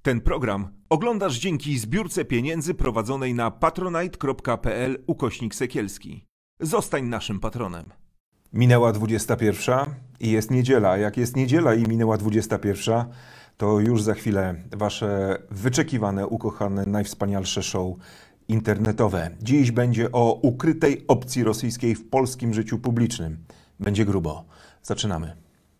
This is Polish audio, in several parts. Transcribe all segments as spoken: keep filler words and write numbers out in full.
Ten program oglądasz dzięki zbiórce pieniędzy prowadzonej na patronite.pl ukośnik Sekielski. Zostań naszym patronem. Minęła dwudziesta pierwsza i jest niedziela. Jak jest niedziela i minęła dwudziesta pierwsza, to już za chwilę wasze wyczekiwane, ukochane, najwspanialsze show internetowe. Dziś będzie o ukrytej opcji rosyjskiej w polskim życiu publicznym. Będzie grubo. Zaczynamy.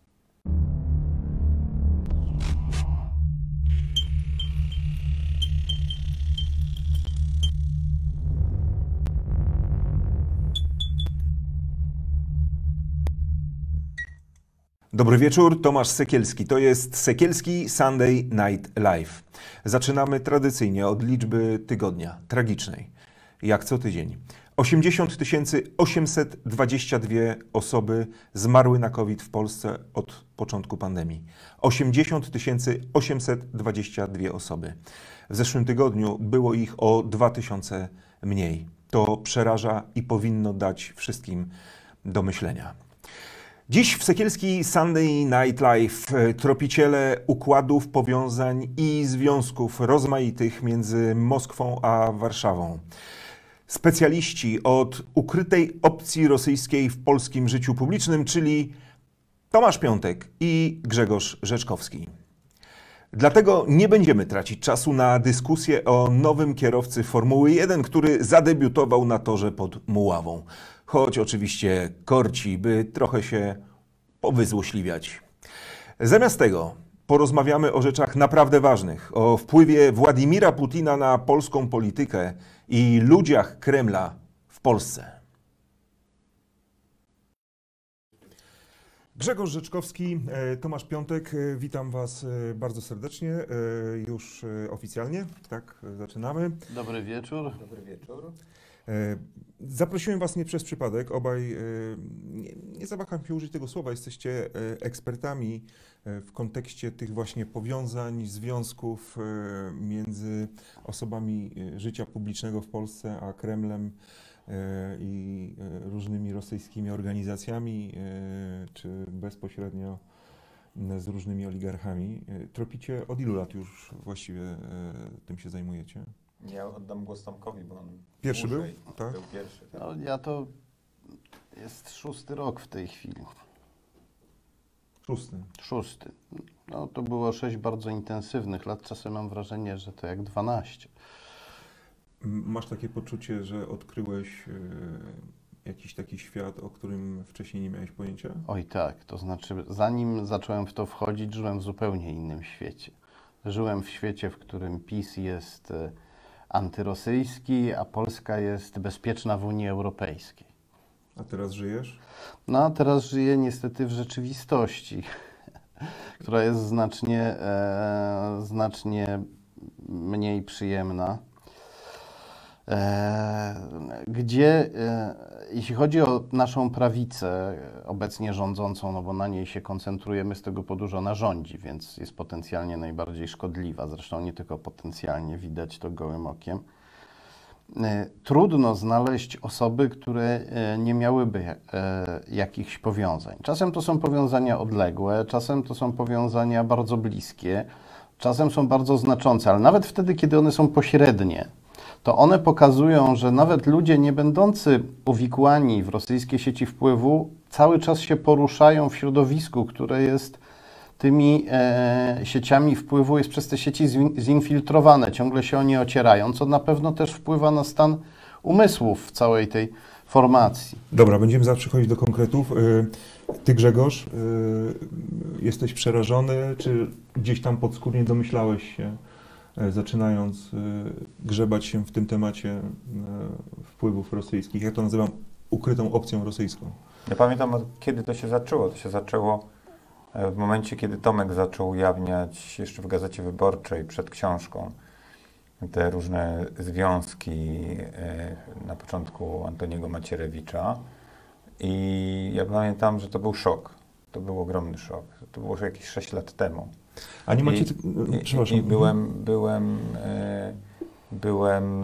Dobry wieczór, Tomasz Sekielski. To jest Sekielski Sunday Night Live. Zaczynamy tradycyjnie od liczby tygodnia, tragicznej, jak co tydzień. osiemdziesiąt tysięcy osiemset dwadzieścia dwie osoby zmarły na COVID w Polsce od początku pandemii. osiemdziesiąt tysięcy osiemset dwadzieścia dwie osoby. W zeszłym tygodniu było ich o dwa tysiące mniej. To przeraża i powinno dać wszystkim do myślenia. Dziś w Sekielski Sunday Night Live tropiciele układów, powiązań i związków rozmaitych między Moskwą a Warszawą. Specjaliści od ukrytej opcji rosyjskiej w polskim życiu publicznym, czyli Tomasz Piątek i Grzegorz Rzeczkowski. Dlatego nie będziemy tracić czasu na dyskusję o nowym kierowcy Formuły jeden, który zadebiutował na torze pod Muławą. Choć oczywiście korci, by trochę się powyzłośliwiać. Zamiast tego porozmawiamy o rzeczach naprawdę ważnych, o wpływie Władimira Putina na polską politykę i ludziach Kremla w Polsce. Grzegorz Rzeczkowski, Tomasz Piątek, witam Was bardzo serdecznie, już oficjalnie, tak, zaczynamy. Dobry wieczór. Dobry wieczór. Zaprosiłem Was nie przez przypadek, obaj, nie, nie zawaham się użyć tego słowa, jesteście ekspertami w kontekście tych właśnie powiązań, związków między osobami życia publicznego w Polsce a Kremlem i różnymi rosyjskimi organizacjami, czy bezpośrednio z różnymi oligarchami. Tropicie, od ilu lat już właściwie tym się zajmujecie? Ja oddam głos Tomkowi, bo on Pierwszy dłużej był? Tak. był pierwszy. Tak. No, ja to jest szósty rok w tej chwili. Szósty. Szósty. No to było sześć bardzo intensywnych lat. Czasem mam wrażenie, że to jak dwanaście. Masz takie poczucie, że odkryłeś y, jakiś taki świat, o którym wcześniej nie miałeś pojęcia? Oj tak, to znaczy zanim zacząłem w to wchodzić, żyłem w zupełnie innym świecie. Żyłem w świecie, w którym PiS jest y, antyrosyjski, a Polska jest bezpieczna w Unii Europejskiej. A teraz żyjesz? No a teraz żyję niestety w rzeczywistości, która jest znacznie, e, znacznie mniej przyjemna. E, gdzie, e, jeśli chodzi o naszą prawicę obecnie rządzącą, no bo na niej się koncentrujemy, z tego powodu, że ona rządzi, więc jest potencjalnie najbardziej szkodliwa. Zresztą nie tylko potencjalnie, widać to gołym okiem. E, trudno znaleźć osoby, które e, nie miałyby e, jakichś powiązań. Czasem to są powiązania odległe, czasem to są powiązania bardzo bliskie, czasem są bardzo znaczące, ale nawet wtedy, kiedy one są pośrednie, to one pokazują, że nawet ludzie nie będący uwikłani w rosyjskie sieci wpływu cały czas się poruszają w środowisku, które jest tymi e, sieciami wpływu, jest przez te sieci zinfiltrowane, ciągle się o nie ocierają, co na pewno też wpływa na stan umysłów w całej tej formacji. Dobra, będziemy zaraz przechodzić do konkretów. Ty, Grzegorz, jesteś przerażony, czy gdzieś tam podskórnie domyślałeś się, zaczynając grzebać się w tym temacie wpływów rosyjskich? Ja to nazywam ukrytą opcją rosyjską. Ja pamiętam, kiedy to się zaczęło. To się zaczęło w momencie, kiedy Tomek zaczął ujawniać jeszcze w Gazecie Wyborczej przed książką te różne związki na początku Antoniego Macierewicza. I ja pamiętam, że to był szok. To był ogromny szok. To było już jakieś sześć lat temu. A nie macie... I, ty... i, Przepraszam. I byłem, byłem, byłem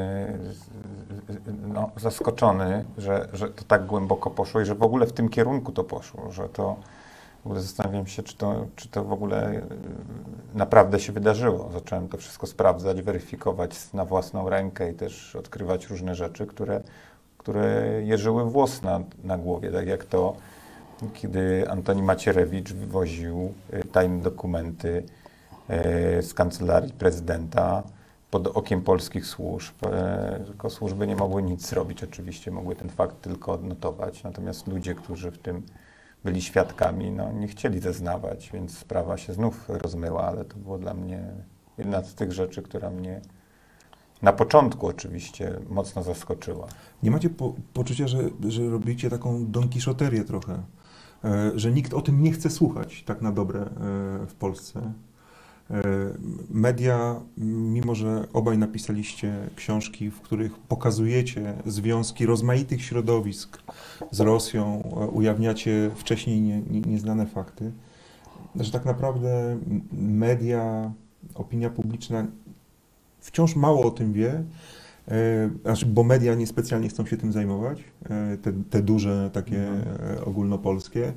no, zaskoczony, że, że to tak głęboko poszło i że w ogóle w tym kierunku to poszło, że to w ogóle zastanawiam się, czy to, czy to w ogóle naprawdę się wydarzyło. Zacząłem to wszystko sprawdzać, weryfikować na własną rękę i też odkrywać różne rzeczy, które, które jeżyły włos na, na głowie, tak jak to, kiedy Antoni Macierewicz wywoził tajne dokumenty z kancelarii prezydenta pod okiem polskich służb. Tylko służby nie mogły nic zrobić, oczywiście mogły ten fakt tylko odnotować, natomiast ludzie, którzy w tym byli świadkami, no, nie chcieli zeznawać, więc sprawa się znów rozmyła, ale to było dla mnie jedna z tych rzeczy, która mnie na początku oczywiście mocno zaskoczyła. Nie macie po, poczucia, że, że robicie taką donkiszoterię trochę, e, że nikt o tym nie chce słuchać tak na dobre e, w Polsce? E, media, mimo że obaj napisaliście książki, w których pokazujecie związki rozmaitych środowisk z Rosją, e, ujawniacie wcześniej nie, nie, nieznane fakty, że tak naprawdę media, opinia publiczna wciąż mało o tym wie, e, znaczy, bo media niespecjalnie chcą się tym zajmować, e, te, te duże, takie Mhm. e, ogólnopolskie.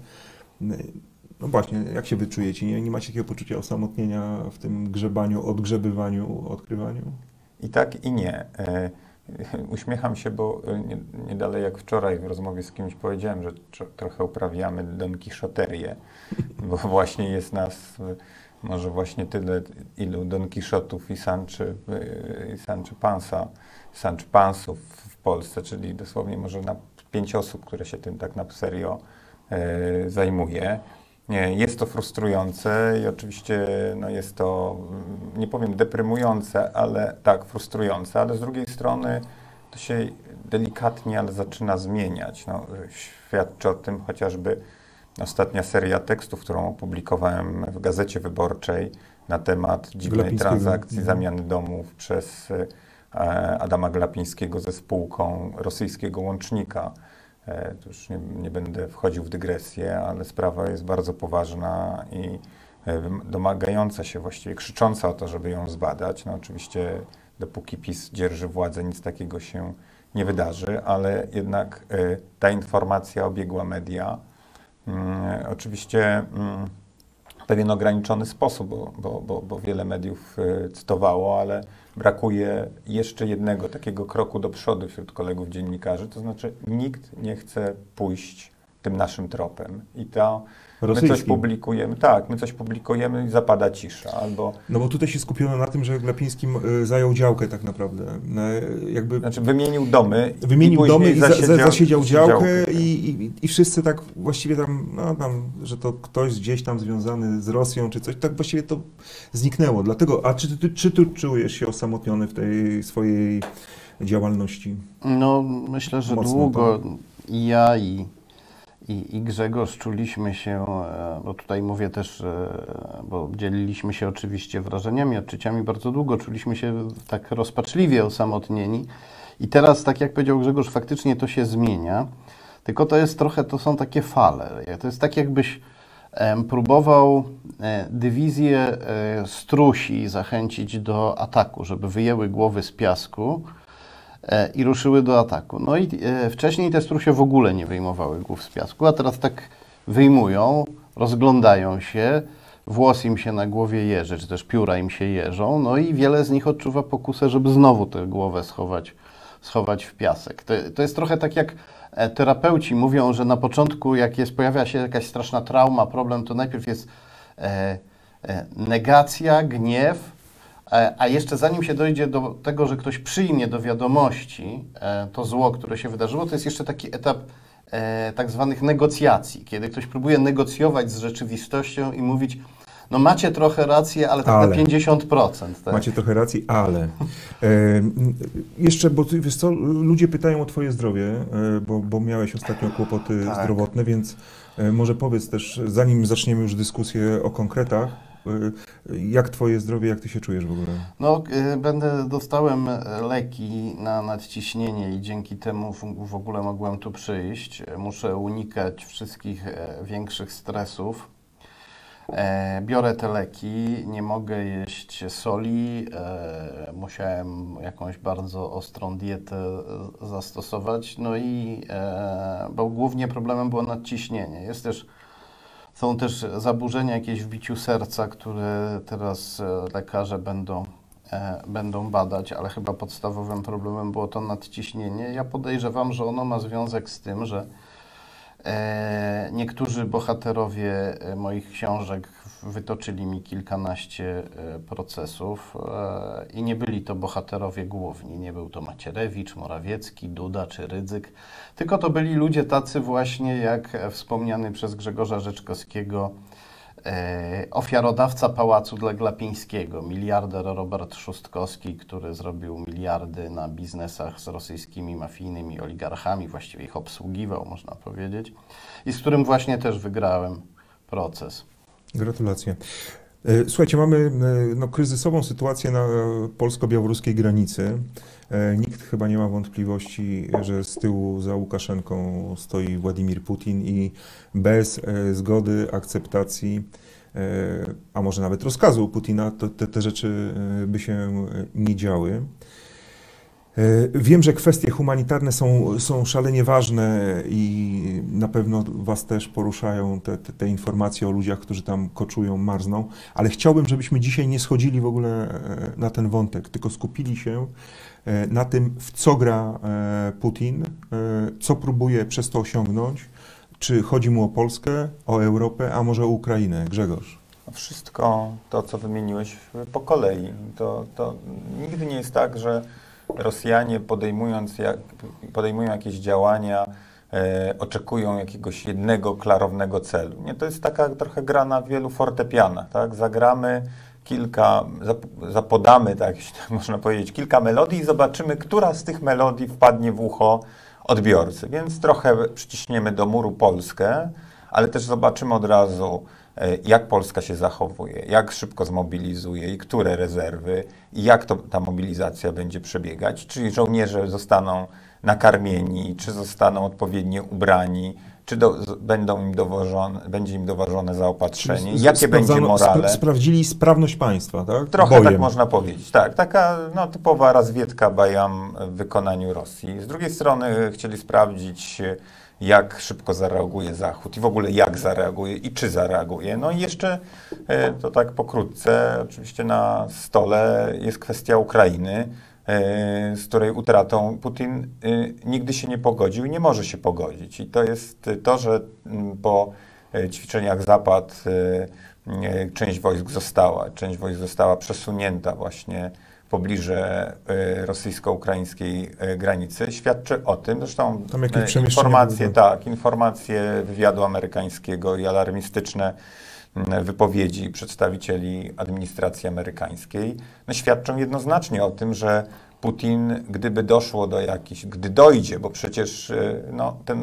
No właśnie, jak się wyczujecie? Nie, nie macie takiego poczucia osamotnienia w tym grzebaniu, odgrzebywaniu, odkrywaniu? I tak, i nie. E, Uśmiecham się, bo nie, nie dalej jak wczoraj w rozmowie z kimś powiedziałem, że tro, trochę uprawiamy donkiszoterię, bo właśnie jest nas e, może właśnie tyle, ilu Don Kiszotów i Sanczy, e, i Sanczy Pansa, Sanczy Pansów w Polsce, czyli dosłownie może na pięć osób, które się tym tak na serio e, zajmuje. Nie, jest to frustrujące i oczywiście no jest to, nie powiem deprymujące, ale tak, frustrujące, ale z drugiej strony to się delikatnie, ale zaczyna zmieniać. No, świadczy o tym chociażby ostatnia seria tekstów, którą opublikowałem w Gazecie Wyborczej na temat dziwnej Glapińskiego. transakcji Mhm. zamiany domów przez e, Adama Glapińskiego ze spółką rosyjskiego łącznika. Tu już nie, nie będę wchodził w dygresję, ale sprawa jest bardzo poważna i domagająca się, właściwie krzycząca o to, żeby ją zbadać. No oczywiście dopóki PiS dzierży władzę, nic takiego się nie wydarzy, ale jednak ta informacja obiegła media. Oczywiście w pewien ograniczony sposób, bo, bo, bo, bo wiele mediów cytowało, ale brakuje jeszcze jednego takiego kroku do przodu wśród kolegów dziennikarzy, to znaczy nikt nie chce pójść tym naszym tropem i to my coś Rosyjskim. publikujemy, tak, my coś publikujemy i zapada cisza, albo... No bo tutaj się skupiono na tym, że Glapiński y, zajął działkę tak naprawdę. Y, jakby Znaczy wymienił domy wymienił i domy i za, zasiedział, za, zasiedział działkę działkę. i, i, i wszyscy tak właściwie tam, no tam, że to ktoś gdzieś tam związany z Rosją czy coś, tak właściwie to zniknęło. Dlatego, a czy ty, czy ty czujesz się osamotniony w tej swojej działalności? No, myślę, że Mocno długo i ja, i, i, i Grzegorz czuliśmy się, e, bo tutaj mówię też, e, bo dzieliliśmy się oczywiście wrażeniami, odczuciami, bardzo długo czuliśmy się tak rozpaczliwie osamotnieni. I teraz, tak jak powiedział Grzegorz, faktycznie to się zmienia, tylko to jest trochę, to są takie fale. To jest tak, jakbyś em, próbował e, dywizję e, strusi zachęcić do ataku, żeby wyjęły głowy z piasku e, i ruszyły do ataku. No i e, wcześniej te strusie w ogóle nie wyjmowały głów z piasku, a teraz tak wyjmują, rozglądają się, włos im się na głowie jeży, czy też pióra im się jeżą, no i wiele z nich odczuwa pokusę, żeby znowu tę głowę schować, schować w piasek. To, to jest trochę tak jak e, terapeuci mówią, że na początku jak jest, pojawia się jakaś straszna trauma, problem, to najpierw jest e, e, negacja, gniew, e, a jeszcze zanim się dojdzie do tego, że ktoś przyjmie do wiadomości e, to zło, które się wydarzyło, to jest jeszcze taki etap e, tak zwanych negocjacji, kiedy ktoś próbuje negocjować z rzeczywistością i mówić, no macie trochę rację, ale tak Ale. na pięćdziesiąt procent. Tak? Macie trochę racji, ale e, jeszcze, bo ty, wiesz co, ludzie pytają o twoje zdrowie, e, bo, bo miałeś ostatnio kłopoty Tak. zdrowotne, więc e, może powiedz też, zanim zaczniemy już dyskusję o konkretach, e, jak twoje zdrowie, jak ty się czujesz w ogóle? No, y, będę, dostałem leki na nadciśnienie i dzięki temu w, w ogóle mogłem tu przyjść. Muszę unikać wszystkich e, większych stresów. E, biorę te leki, nie mogę jeść soli, e, musiałem jakąś bardzo ostrą dietę e, zastosować, no i, e, bo głównie problemem było nadciśnienie. Jest też Są też zaburzenia jakieś w biciu serca, które teraz e, lekarze będą, e, będą badać, ale chyba podstawowym problemem było to nadciśnienie. Ja podejrzewam, że ono ma związek z tym, że e, niektórzy bohaterowie e, moich książek wytoczyli mi kilkanaście e, procesów e, i nie byli to bohaterowie główni. Nie był to Macierewicz, Morawiecki, Duda czy Rydzyk, tylko to byli ludzie tacy właśnie jak e, wspomniany przez Grzegorza Rzeczkowskiego e, ofiarodawca Pałacu dla Glapińskiego, miliarder Robert Szustkowski, który zrobił miliardy na biznesach z rosyjskimi mafijnymi oligarchami, właściwie ich obsługiwał, można powiedzieć, i z którym właśnie też wygrałem proces. Gratulacje. E, Słuchajcie, mamy e, no, kryzysową sytuację na polsko-białoruskiej granicy. E, Nikt chyba nie ma wątpliwości, że z tyłu za Łukaszenką stoi Władimir Putin i bez e, zgody, akceptacji, e, a może nawet rozkazu Putina, to te, te rzeczy e, by się nie działy. Wiem, że kwestie humanitarne są, są szalenie ważne i na pewno Was też poruszają te, te, te informacje o ludziach, którzy tam koczują, marzną, ale chciałbym, żebyśmy dzisiaj nie schodzili w ogóle na ten wątek, tylko skupili się na tym, w co gra Putin, co próbuje przez to osiągnąć, czy chodzi mu o Polskę, o Europę, a może o Ukrainę. Grzegorz. Wszystko to, co wymieniłeś po kolei. To, to nigdy nie jest tak, że Rosjanie podejmując jak, podejmują jakieś działania, e, oczekują jakiegoś jednego klarownego celu. Nie, to jest taka trochę gra na wielu fortepianach, tak? Zagramy kilka, zap, zapodamy, tak, tak można powiedzieć, kilka melodii i zobaczymy, która z tych melodii wpadnie w ucho odbiorcy. Więc trochę przyciśniemy do muru Polskę, ale też zobaczymy od razu, jak Polska się zachowuje, jak szybko zmobilizuje i które rezerwy, i jak to, ta mobilizacja będzie przebiegać, czy żołnierze zostaną nakarmieni, czy zostaną odpowiednio ubrani, czy do, będą im dowożone, będzie im dowożone zaopatrzenie, Czyli jakie będzie morale. Spra sprawdzili sprawność państwa, tak? Trochę Bojem. Tak można powiedzieć, tak. Taka no, typowa razwiedka Bajam w wykonaniu Rosji. Z drugiej strony chcieli sprawdzić, jak szybko zareaguje Zachód i w ogóle jak zareaguje i czy zareaguje. No i jeszcze, to tak pokrótce, oczywiście na stole jest kwestia Ukrainy, z której utratą Putin nigdy się nie pogodził i nie może się pogodzić. I to jest to, że po ćwiczeniach Zapad część wojsk została, część wojsk została przesunięta właśnie w pobliżu rosyjsko-ukraińskiej granicy, świadczy o tym, zresztą informacje, tak, informacje wywiadu amerykańskiego i alarmistyczne wypowiedzi przedstawicieli administracji amerykańskiej no, świadczą jednoznacznie o tym, że Putin, gdyby doszło do jakichś, gdy dojdzie, bo przecież no, ten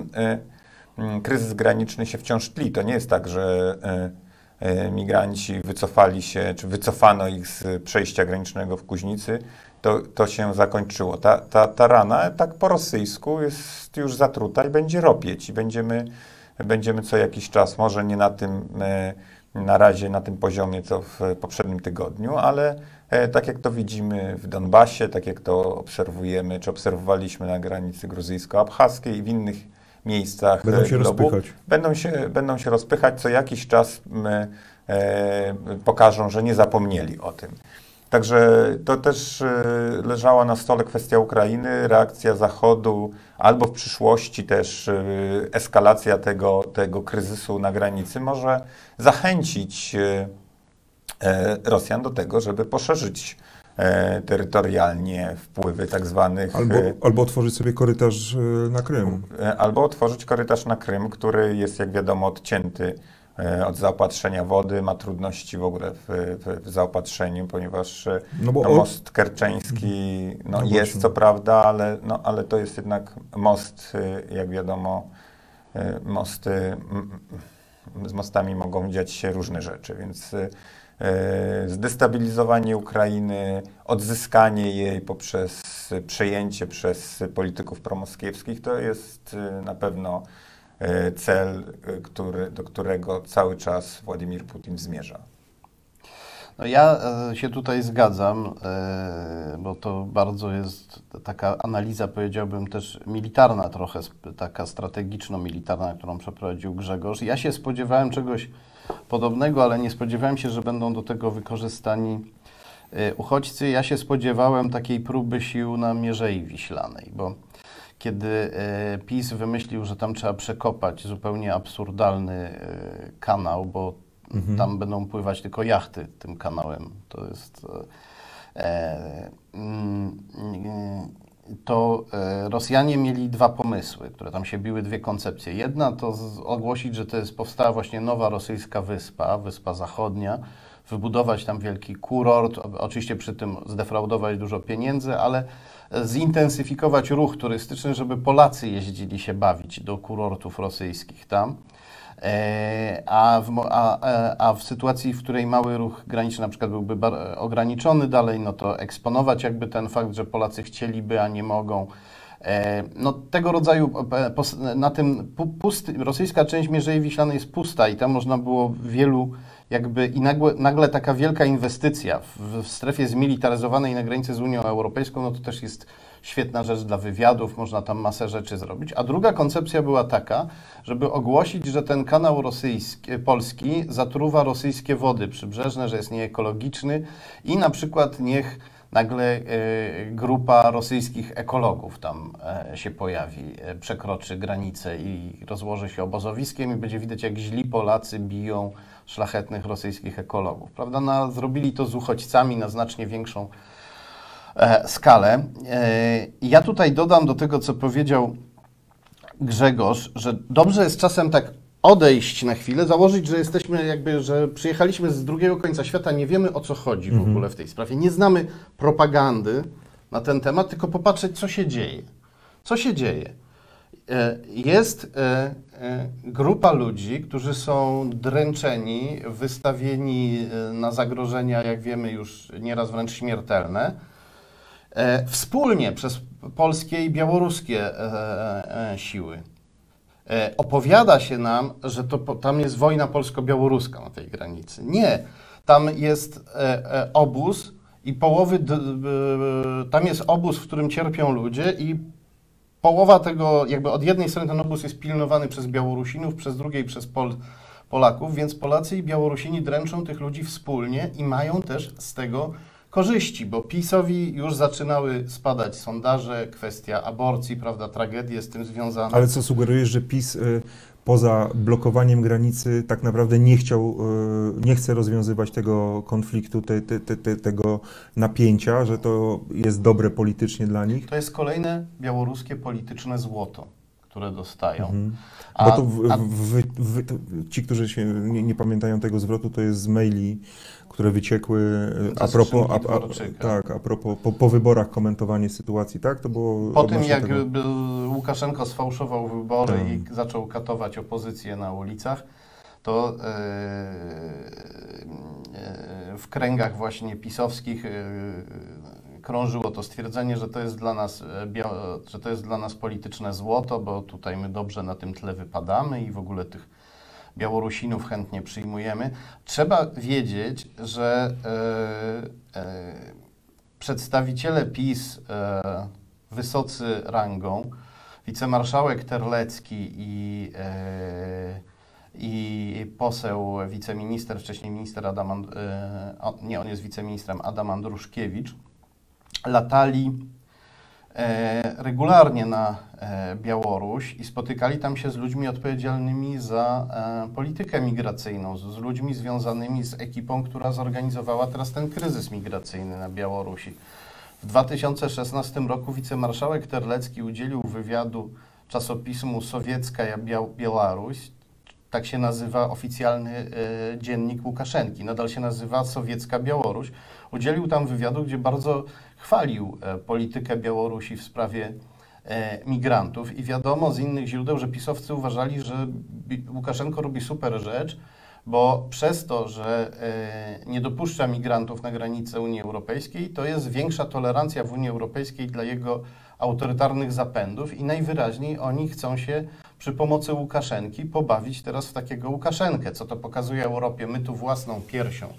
y, kryzys graniczny się wciąż tli, to nie jest tak, że y, y, migranci wycofali się, czy wycofano ich z przejścia granicznego w Kuźnicy, to, to się zakończyło. Ta, ta, ta rana, tak po rosyjsku, jest już zatruta i będzie ropieć i będziemy, będziemy co jakiś czas, może nie na tym y, na razie na tym poziomie, co w poprzednim tygodniu, ale e, tak jak to widzimy w Donbasie, tak jak to obserwujemy, czy obserwowaliśmy na granicy gruzyjsko-abchaskiej i w innych miejscach będą się globu, rozpychać. Będą się, będą się rozpychać, co jakiś czas e, e, pokażą, że nie zapomnieli o tym. Także to też e, leżała na stole kwestia Ukrainy, reakcja Zachodu, albo w przyszłości też e, eskalacja tego, tego kryzysu na granicy może zachęcić e, e, Rosjan do tego, żeby poszerzyć e, terytorialnie wpływy tak zwanych... Albo, albo otworzyć sobie korytarz e, na Krym. E, albo otworzyć korytarz na Krym, który jest, jak wiadomo, odcięty od zaopatrzenia wody, ma trudności w ogóle w, w, w zaopatrzeniu, ponieważ no bo no, most kerczeński no, no jest co prawda, ale, no, ale to jest jednak most, jak wiadomo, mosty, z mostami mogą dziać się różne rzeczy, więc zdestabilizowanie Ukrainy, odzyskanie jej poprzez przejęcie przez polityków promoskiewskich to jest na pewno cel, który, do którego cały czas Władimir Putin zmierza. No ja e, się tutaj zgadzam, e, bo to bardzo jest taka analiza, powiedziałbym też militarna trochę, sp- taka strategiczno-militarna, którą przeprowadził Grzegorz. Ja się spodziewałem czegoś podobnego, ale nie spodziewałem się, że będą do tego wykorzystani e, uchodźcy. Ja się spodziewałem takiej próby sił na Mierzei Wiślanej, bo kiedy e, PiS wymyślił, że tam trzeba przekopać zupełnie absurdalny e, kanał, bo Mhm. tam będą pływać tylko jachty tym kanałem. To jest. E, mm, e, to e, Rosjanie mieli dwa pomysły, które tam się biły, dwie koncepcje. Jedna to z, ogłosić, że to jest powstała właśnie nowa rosyjska wyspa, Wyspa Zachodnia, wybudować tam wielki kurort, o- oczywiście przy tym zdefraudować dużo pieniędzy, ale zintensyfikować ruch turystyczny, żeby Polacy jeździli się bawić do kurortów rosyjskich tam. E, A w, mo- a, e, a w sytuacji, w której mały ruch graniczny na przykład byłby bar- ograniczony dalej, no to eksponować jakby ten fakt, że Polacy chcieliby, a nie mogą. E, No tego rodzaju, e, pos- na tym pu- pusty, rosyjska część Mierzei Wiślanej jest pusta i tam można było wielu jakby i nagle, nagle taka wielka inwestycja w, w strefie zmilitaryzowanej na granicy z Unią Europejską, no to też jest świetna rzecz dla wywiadów, można tam masę rzeczy zrobić. A druga koncepcja była taka, żeby ogłosić, że ten kanał rosyjski, polski zatruwa rosyjskie wody przybrzeżne, że jest nieekologiczny i na przykład niech nagle e, grupa rosyjskich ekologów tam e, się pojawi, e, przekroczy granicę i rozłoży się obozowiskiem i będzie widać, jak źli Polacy biją szlachetnych rosyjskich ekologów. Prawda? No, zrobili to z uchodźcami na znacznie większą e, skalę. E, ja tutaj dodam do tego, co powiedział Grzegorz, że dobrze jest czasem tak odejść na chwilę, założyć, że jesteśmy jakby, że przyjechaliśmy z drugiego końca świata, nie wiemy, o co chodzi w ogóle w tej sprawie, nie znamy propagandy na ten temat, tylko popatrzeć, co się dzieje. Co się dzieje? E, Jest e, e, grupa ludzi, którzy są dręczeni, wystawieni e, na zagrożenia, jak wiemy, już nieraz wręcz śmiertelne, e, wspólnie przez polskie i białoruskie e, e, siły. E, Opowiada się nam, że to, po- tam jest wojna polsko-białoruska na tej granicy. Nie. Tam jest e, e, obóz i połowy, d, d, tam jest obóz, w którym cierpią ludzie i połowa tego, jakby od jednej strony ten obóz jest pilnowany przez Białorusinów, przez drugiej przez Pol, Polaków, więc Polacy i Białorusini dręczą tych ludzi wspólnie i mają też z tego korzyści, bo PiS-owi już zaczynały spadać sondaże, kwestia aborcji, prawda, tragedie z tym związane. Ale co sugerujesz, że PiS y, poza blokowaniem granicy tak naprawdę nie chciał, y, nie chce rozwiązywać tego konfliktu, te, te, te, te, tego napięcia, że to jest dobre politycznie dla nich? To jest kolejne białoruskie polityczne złoto, które dostają. Mhm. A- Bo to w, a- w, w, w, to ci, którzy się nie, nie pamiętają tego zwrotu, to jest z maili, które wyciekły y, Ze a propos, a, skrzynki a, Dworczyka. tak, a propos po, po wyborach komentowanie sytuacji, tak? To było Po tym, odnośnie jak tego. by Łukaszenko sfałszował wybory Tak. i zaczął katować opozycję na ulicach, to e, e, w kręgach właśnie pisowskich e, krążyło to stwierdzenie, że to jest dla nas, e, bia- że to jest dla nas polityczne złoto, bo tutaj my dobrze na tym tle wypadamy i w ogóle tych Białorusinów chętnie przyjmujemy. Trzeba wiedzieć, że e, e, przedstawiciele PiS e, wysocy rangą, wicemarszałek Terlecki i, e, i poseł, wiceminister, wcześniej minister Adam, And- e, o, nie, on jest wiceministrem, Adam Andruszkiewicz, latali e, regularnie na e, Białoruś i spotykali tam się z ludźmi odpowiedzialnymi za e, politykę migracyjną, z, z ludźmi związanymi z ekipą, która zorganizowała teraz ten kryzys migracyjny na Białorusi. W dwa tysiące szesnastym roku wicemarszałek Terlecki udzielił wywiadu czasopismu Sowiecka Bia- Białoruś, tak się nazywa oficjalny e, dziennik Łukaszenki, nadal się nazywa Sowiecka Białoruś. Udzielił tam wywiadu, gdzie bardzo chwalił e, politykę Białorusi w sprawie e, migrantów i wiadomo z innych źródeł, że pisowcy uważali, że Bi- Łukaszenko robi super rzecz, bo przez to, że e, nie dopuszcza migrantów na granicę Unii Europejskiej, to jest większa tolerancja w Unii Europejskiej dla jego autorytarnych zapędów i najwyraźniej oni chcą się przy pomocy Łukaszenki pobawić teraz w takiego Łukaszenkę, co to pokazuje Europie. My tu własną piersią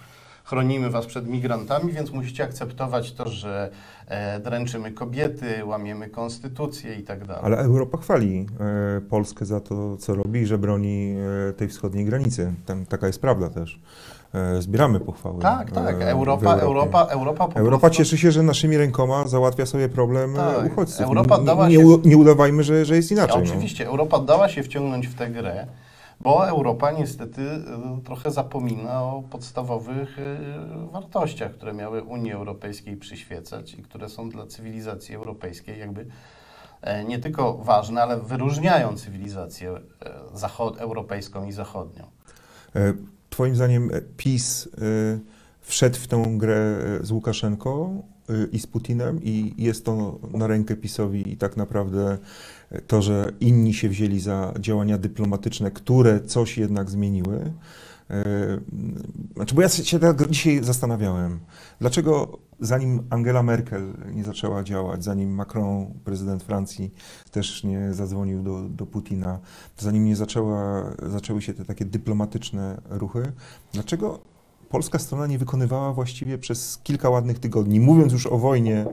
chronimy was przed migrantami, więc musicie akceptować to, że e, dręczymy kobiety, łamiemy konstytucję i tak dalej. Ale Europa chwali e, Polskę za to, co robi, że broni e, tej wschodniej granicy. Tam, taka jest prawda też. E, zbieramy pochwały. Tak, tak. e, Europa, w Europie. Europa, Europa po Europa prostu... cieszy się, że naszymi rękoma załatwia sobie problem e, Tak, uchodźców. Europa dała nie, się- u- nie udawajmy, że, że jest inaczej. no. Oczywiście, Europa dała się wciągnąć w tę grę, bo Europa niestety y, trochę zapomina o podstawowych y, wartościach, które miały Unii Europejskiej przyświecać i które są dla cywilizacji europejskiej jakby e, nie tylko ważne, ale wyróżniają cywilizację e, zachod- europejską i zachodnią. E, Twoim zdaniem e, PiS e, wszedł w tę grę e, z Łukaszenką e, i z Putinem i jest to na rękę PiSowi i tak naprawdę e, to, że inni się wzięli za działania dyplomatyczne, które coś jednak zmieniły. E, Znaczy, bo ja się tak dzisiaj zastanawiałem, dlaczego zanim Angela Merkel nie zaczęła działać, zanim Macron, prezydent Francji, też nie zadzwonił do, do Putina, zanim nie zaczęła, zaczęły się te takie dyplomatyczne ruchy, dlaczego polska strona nie wykonywała właściwie przez kilka ładnych tygodni, mówiąc już o wojnie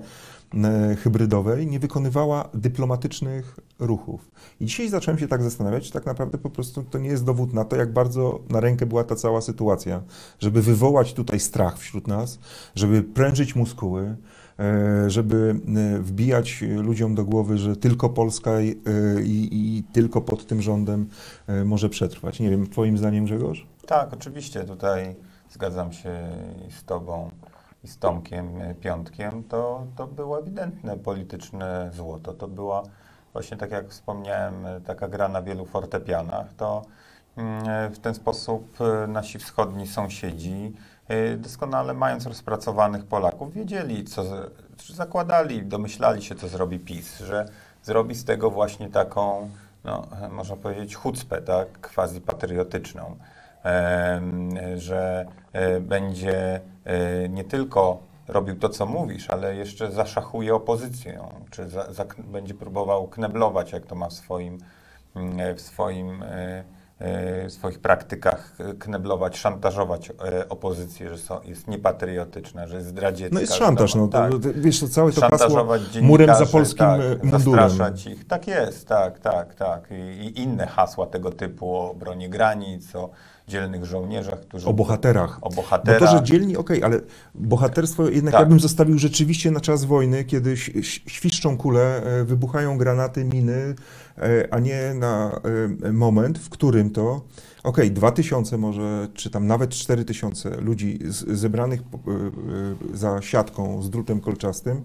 e, hybrydowej, nie wykonywała dyplomatycznych ruchów. I dzisiaj zacząłem się tak zastanawiać, czy tak naprawdę po prostu to nie jest dowód na to, jak bardzo na rękę była ta cała sytuacja, żeby wywołać tutaj strach wśród nas, żeby prężyć muskuły, e, żeby e, wbijać ludziom do głowy, że tylko Polska i, e, i, i tylko pod tym rządem e, może przetrwać. Nie wiem, twoim zdaniem, Grzegorz? Tak, oczywiście, tutaj zgadzam się i z Tobą i z Tomkiem e, Piątkiem. To, to było ewidentne polityczne złoto. To była właśnie, tak jak wspomniałem, e, taka gra na wielu fortepianach. To mm, e, w ten sposób e, nasi wschodni sąsiedzi, e, doskonale mając rozpracowanych Polaków, wiedzieli, co z- zakładali, domyślali się, co zrobi PiS, że zrobi z tego właśnie taką, no, e, można powiedzieć, chucpę, tak, quasi patriotyczną. Em, że e, będzie e, nie tylko robił to, co mówisz, ale jeszcze zaszachuje opozycję, czy za, za, będzie próbował kneblować, jak to ma w swoim, mm, w swoim, e, e, w swoich praktykach, e, kneblować, szantażować e, opozycję, że są, jest niepatriotyczna, że jest zdradziecka. No jest że szantaż, ma- no to, tak. to, wiesz, to całe to hasło Szantażować murem za dziennikarzy, polskim tak, e, mundurem. zastraszać ich. Tak jest, tak, tak, tak. I, I inne hasła tego typu o obronie granic, o dzielnych żołnierzach, którzy... O bohaterach. O Bo bohaterach. to, że dzielni, okej, ale bohaterstwo jednak Tak. ja bym zostawił rzeczywiście na czas wojny, kiedy ś- ś- świszczą kule, e, wybuchają granaty, miny, e, a nie na e, moment, w którym to, okej, dwa tysiące może, czy tam nawet cztery tysiące ludzi z, zebranych po- e, e, za siatką z drutem kolczastym,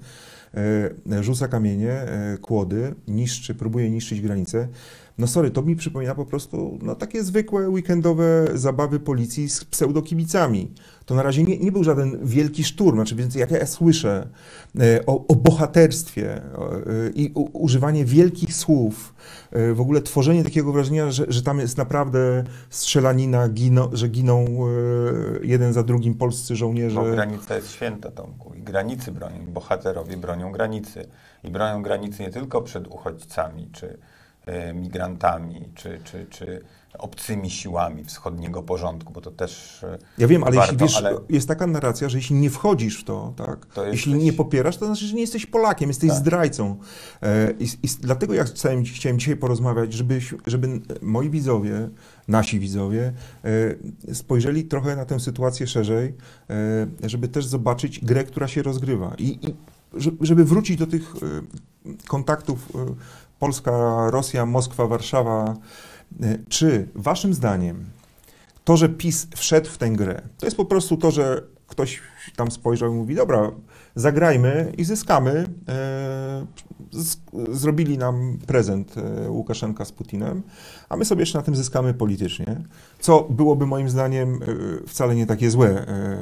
e, rzuca kamienie, e, kłody, niszczy, próbuje niszczyć granice. No sorry, to mi przypomina po prostu no, takie zwykłe weekendowe zabawy policji z pseudokibicami. To na razie nie, nie był żaden wielki szturm, znaczy, więc jak ja słyszę e, o, o bohaterstwie o, e, i u, używanie wielkich słów, e, w ogóle tworzenie takiego wrażenia, że, że tam jest naprawdę strzelanina, giną, że giną e, jeden za drugim polscy żołnierze. Bo granica jest święta, Tomku. I granicy bronią, bohaterowie bronią granicy. I bronią granicy nie tylko przed uchodźcami, czy e, migrantami, czy, czy, czy obcymi siłami wschodniego porządku, bo to też e, Ja wiem, ale warto, jeśli wiesz, ale jest taka narracja, że jeśli nie wchodzisz w to, tak, To jeśli jesteś- nie popierasz, to znaczy, że nie jesteś Polakiem, jesteś Tak. zdrajcą. E, I, i dlatego ja chciałem, chciałem dzisiaj porozmawiać, żeby, żeby moi widzowie, nasi widzowie, e, spojrzeli trochę na tę sytuację szerzej, e, żeby też zobaczyć grę, która się rozgrywa. I, i że- żeby wrócić do tych e, kontaktów e, Polska, Rosja, Moskwa, Warszawa. E, Czy waszym zdaniem to, że PiS wszedł w tę grę, to jest po prostu to, że ktoś tam spojrzał i mówi, dobra, zagrajmy i zyskamy. E, z, zrobili nam prezent e, Łukaszenka z Putinem, a my sobie jeszcze na tym zyskamy politycznie, co byłoby moim zdaniem e, wcale nie takie złe e, e,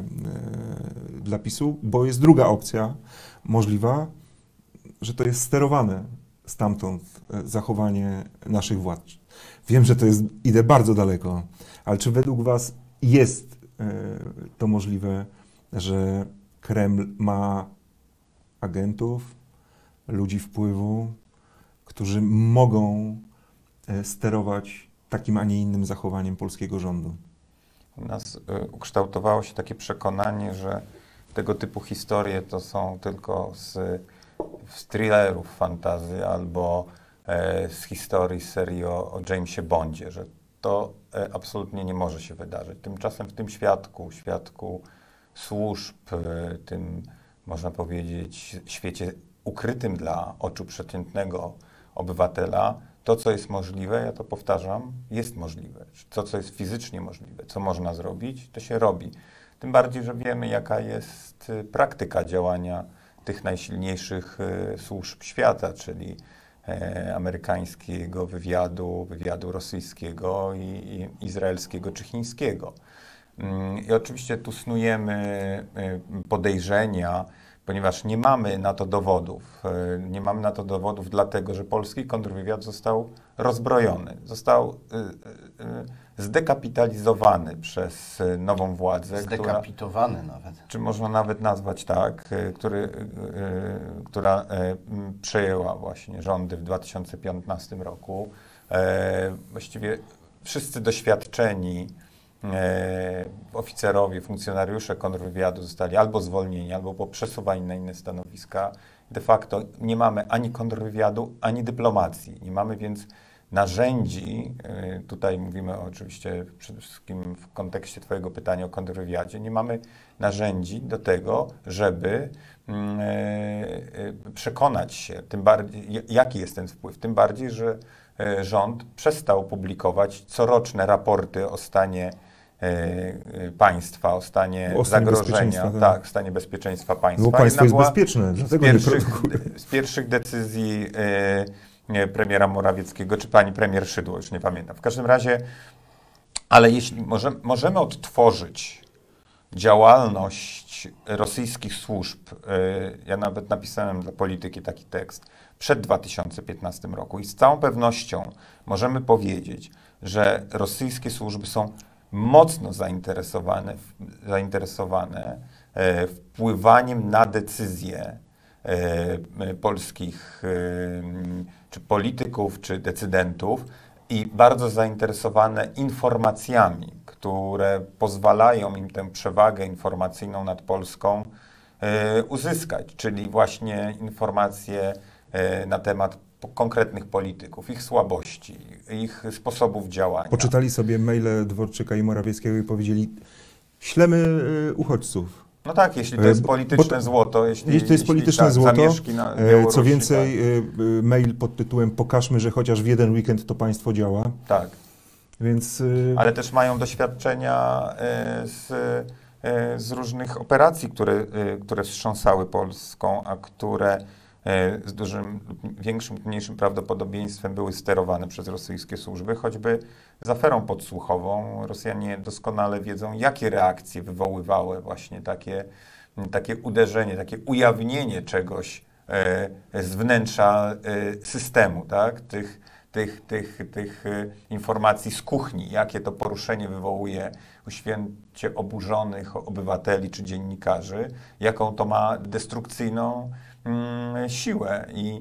dla PiSu, bo jest druga opcja możliwa, że to jest sterowane stamtąd e, zachowanie naszych władz. Wiem, że to jest, idę bardzo daleko, ale czy według was jest e, to możliwe, że Kreml ma agentów, ludzi wpływu, którzy mogą e, sterować takim, a nie innym zachowaniem polskiego rządu? U nas y, ukształtowało się takie przekonanie, że tego typu historie to są tylko z, z thrillerów fantasy albo e, z historii z serii o, o Jamesie Bondzie, że to e, absolutnie nie może się wydarzyć. Tymczasem w tym świadku, świadku służb, e, tym można powiedzieć świecie ukrytym dla oczu przeciętnego obywatela, to, co jest możliwe, ja to powtarzam, jest możliwe. To, co jest fizycznie możliwe, co można zrobić, to się robi. Tym bardziej, że wiemy, jaka jest y, praktyka działania tych najsilniejszych y, służb świata, czyli e, amerykańskiego wywiadu, wywiadu rosyjskiego i, i izraelskiego czy chińskiego. Mm, I oczywiście tu snujemy y, podejrzenia, ponieważ nie mamy na to dowodów. Y, Nie mamy na to dowodów dlatego, że polski kontrwywiad został rozbrojony, został y, y, y, zdekapitalizowany przez y, nową władzę, która, Zdekapitowany nawet. czy można nawet nazwać tak, y, który, y, y, która y, m, przejęła właśnie rządy w dwa tysiące piętnastym roku. E, Właściwie wszyscy doświadczeni e, oficerowie, funkcjonariusze kontrwywiadu zostali albo zwolnieni, albo po przesuwani na inne stanowiska. De facto nie mamy ani kontrwywiadu, ani dyplomacji. Nie mamy więc narzędzi, y, tutaj mówimy oczywiście przede wszystkim w kontekście Twojego pytania o kontrwywiadzie, nie mamy narzędzi do tego, żeby mm, y, y, przekonać się, tym bardziej, j- jaki jest ten wpływ, tym bardziej, że y, rząd przestał publikować coroczne raporty o stanie y, y, państwa, o stanie O stanie zagrożenia, bezpieczeństwa, tak. tak, stanie bezpieczeństwa państwa. Bo państwo Jedna jest była bezpieczne, z dlatego nie pierwszych, produkuje. z pierwszych decyzji y, y, premiera Morawieckiego, czy pani premier Szydło, już nie pamiętam. W każdym razie, ale jeśli może, możemy odtworzyć działalność rosyjskich służb, y, ja nawet napisałem dla Polityki taki tekst, przed dwa tysiące piętnastym roku i z całą pewnością możemy powiedzieć, że rosyjskie służby są mocno zainteresowane, w- zainteresowane e, wpływaniem na decyzje e, m, polskich e, czy polityków, czy decydentów i bardzo zainteresowane informacjami, które pozwalają im tę przewagę informacyjną nad Polską e, uzyskać, czyli właśnie informacje e, na temat po- konkretnych polityków, ich słabości, ich sposobów działania. Poczytali sobie maile Dworczyka i Morawieckiego i powiedzieli, ślemy y, uchodźców. No tak, jeśli to E, jest bo- polityczne bo- złoto, jeśli, Jeśli to jest jeśli polityczne tak, złoto, zamieszki na e, Białorusi, co więcej, y, y, mail pod tytułem pokażmy, że chociaż w jeden weekend to państwo działa, tak, tak. więc y, Ale też mają doświadczenia e, z, e, z różnych operacji, które, e, które wstrząsały Polską, a które e, z dużym, lub większym lub mniejszym prawdopodobieństwem były sterowane przez rosyjskie służby, choćby z aferą podsłuchową. Rosjanie doskonale wiedzą, jakie reakcje wywoływały właśnie takie, takie uderzenie, takie ujawnienie czegoś e, z wnętrza e, systemu, tak? Tych, tych, tych, tych y, informacji z kuchni, jakie to poruszenie wywołuje u święcie oburzonych obywateli czy dziennikarzy, jaką to ma destrukcyjną mm, siłę i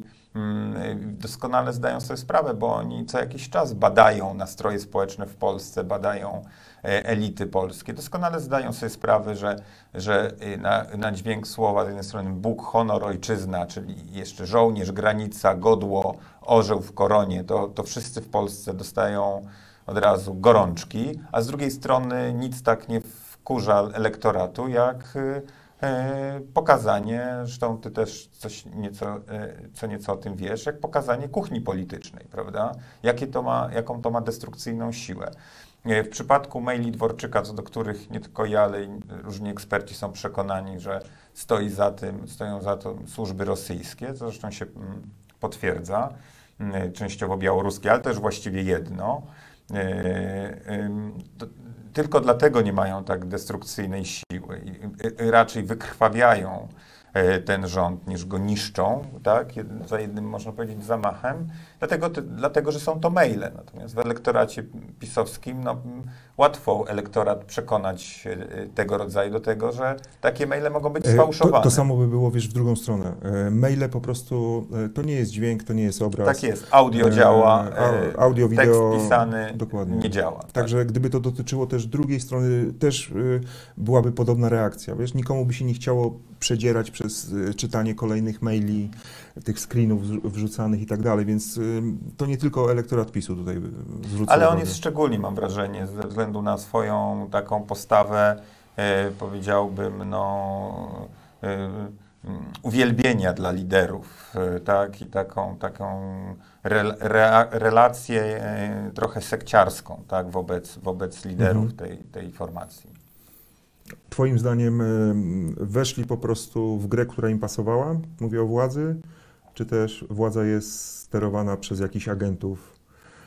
mm, doskonale zdają sobie sprawę, bo oni co jakiś czas badają nastroje społeczne w Polsce, badają e, elity polskie, doskonale zdają sobie sprawę, że, że y, na, na dźwięk słowa z jednej strony Bóg, honor, ojczyzna, czyli jeszcze żołnierz, granica, godło, orzeł w koronie, to, to wszyscy w Polsce dostają od razu gorączki, a z drugiej strony nic tak nie wkurza elektoratu, jak y, e, pokazanie, zresztą ty też coś nieco, e, co nieco o tym wiesz, jak pokazanie kuchni politycznej, prawda? Jakie to ma, jaką to ma destrukcyjną siłę. E, W przypadku maili Dworczyka, co do których nie tylko ja, ale i różni eksperci są przekonani, że stoi za tym, stoją za tym służby rosyjskie, co zresztą się mm, potwierdza, mm, częściowo białoruskie, ale też właściwie jedno. E, ym, to, tylko dlatego nie mają tak destrukcyjnej siły i y, y, raczej wykrwawiają e, ten rząd, niż go niszczą, tak, Jed- za jednym, można powiedzieć, zamachem, dlatego, ty, dlatego że są to maile. Natomiast w elektoracie pisowskim no, m, łatwo elektorat przekonać e, tego rodzaju do tego, że takie maile mogą być E, sfałszowane. To, to samo by było, wiesz, w drugą stronę. E, Maile po prostu, e, to nie jest dźwięk, to nie jest obraz. Tak jest, audio działa, E, au- e, audio, wideo, tekst pisany dokładnie. nie działa. Także gdyby to dotyczyło też drugiej strony, też y, byłaby podobna reakcja. Wiesz, nikomu by się nie chciało przedzierać przez y, czytanie kolejnych maili, tych screenów wrzu- wrzucanych i tak dalej, więc y, to nie tylko elektorat PiSu tutaj y, zwrócę Ale on uwagę. jest szczególnie, mam wrażenie, ze względu na swoją taką postawę, e, powiedziałbym, no, e, mm, uwielbienia dla liderów, e, tak, i taką, taką re, re, relację e, trochę sekciarską, tak, wobec, wobec liderów Mhm. tej, tej formacji. Twoim zdaniem y, weszli po prostu w grę, która im pasowała? Mówię o władzy, czy też władza jest sterowana przez jakichś agentów?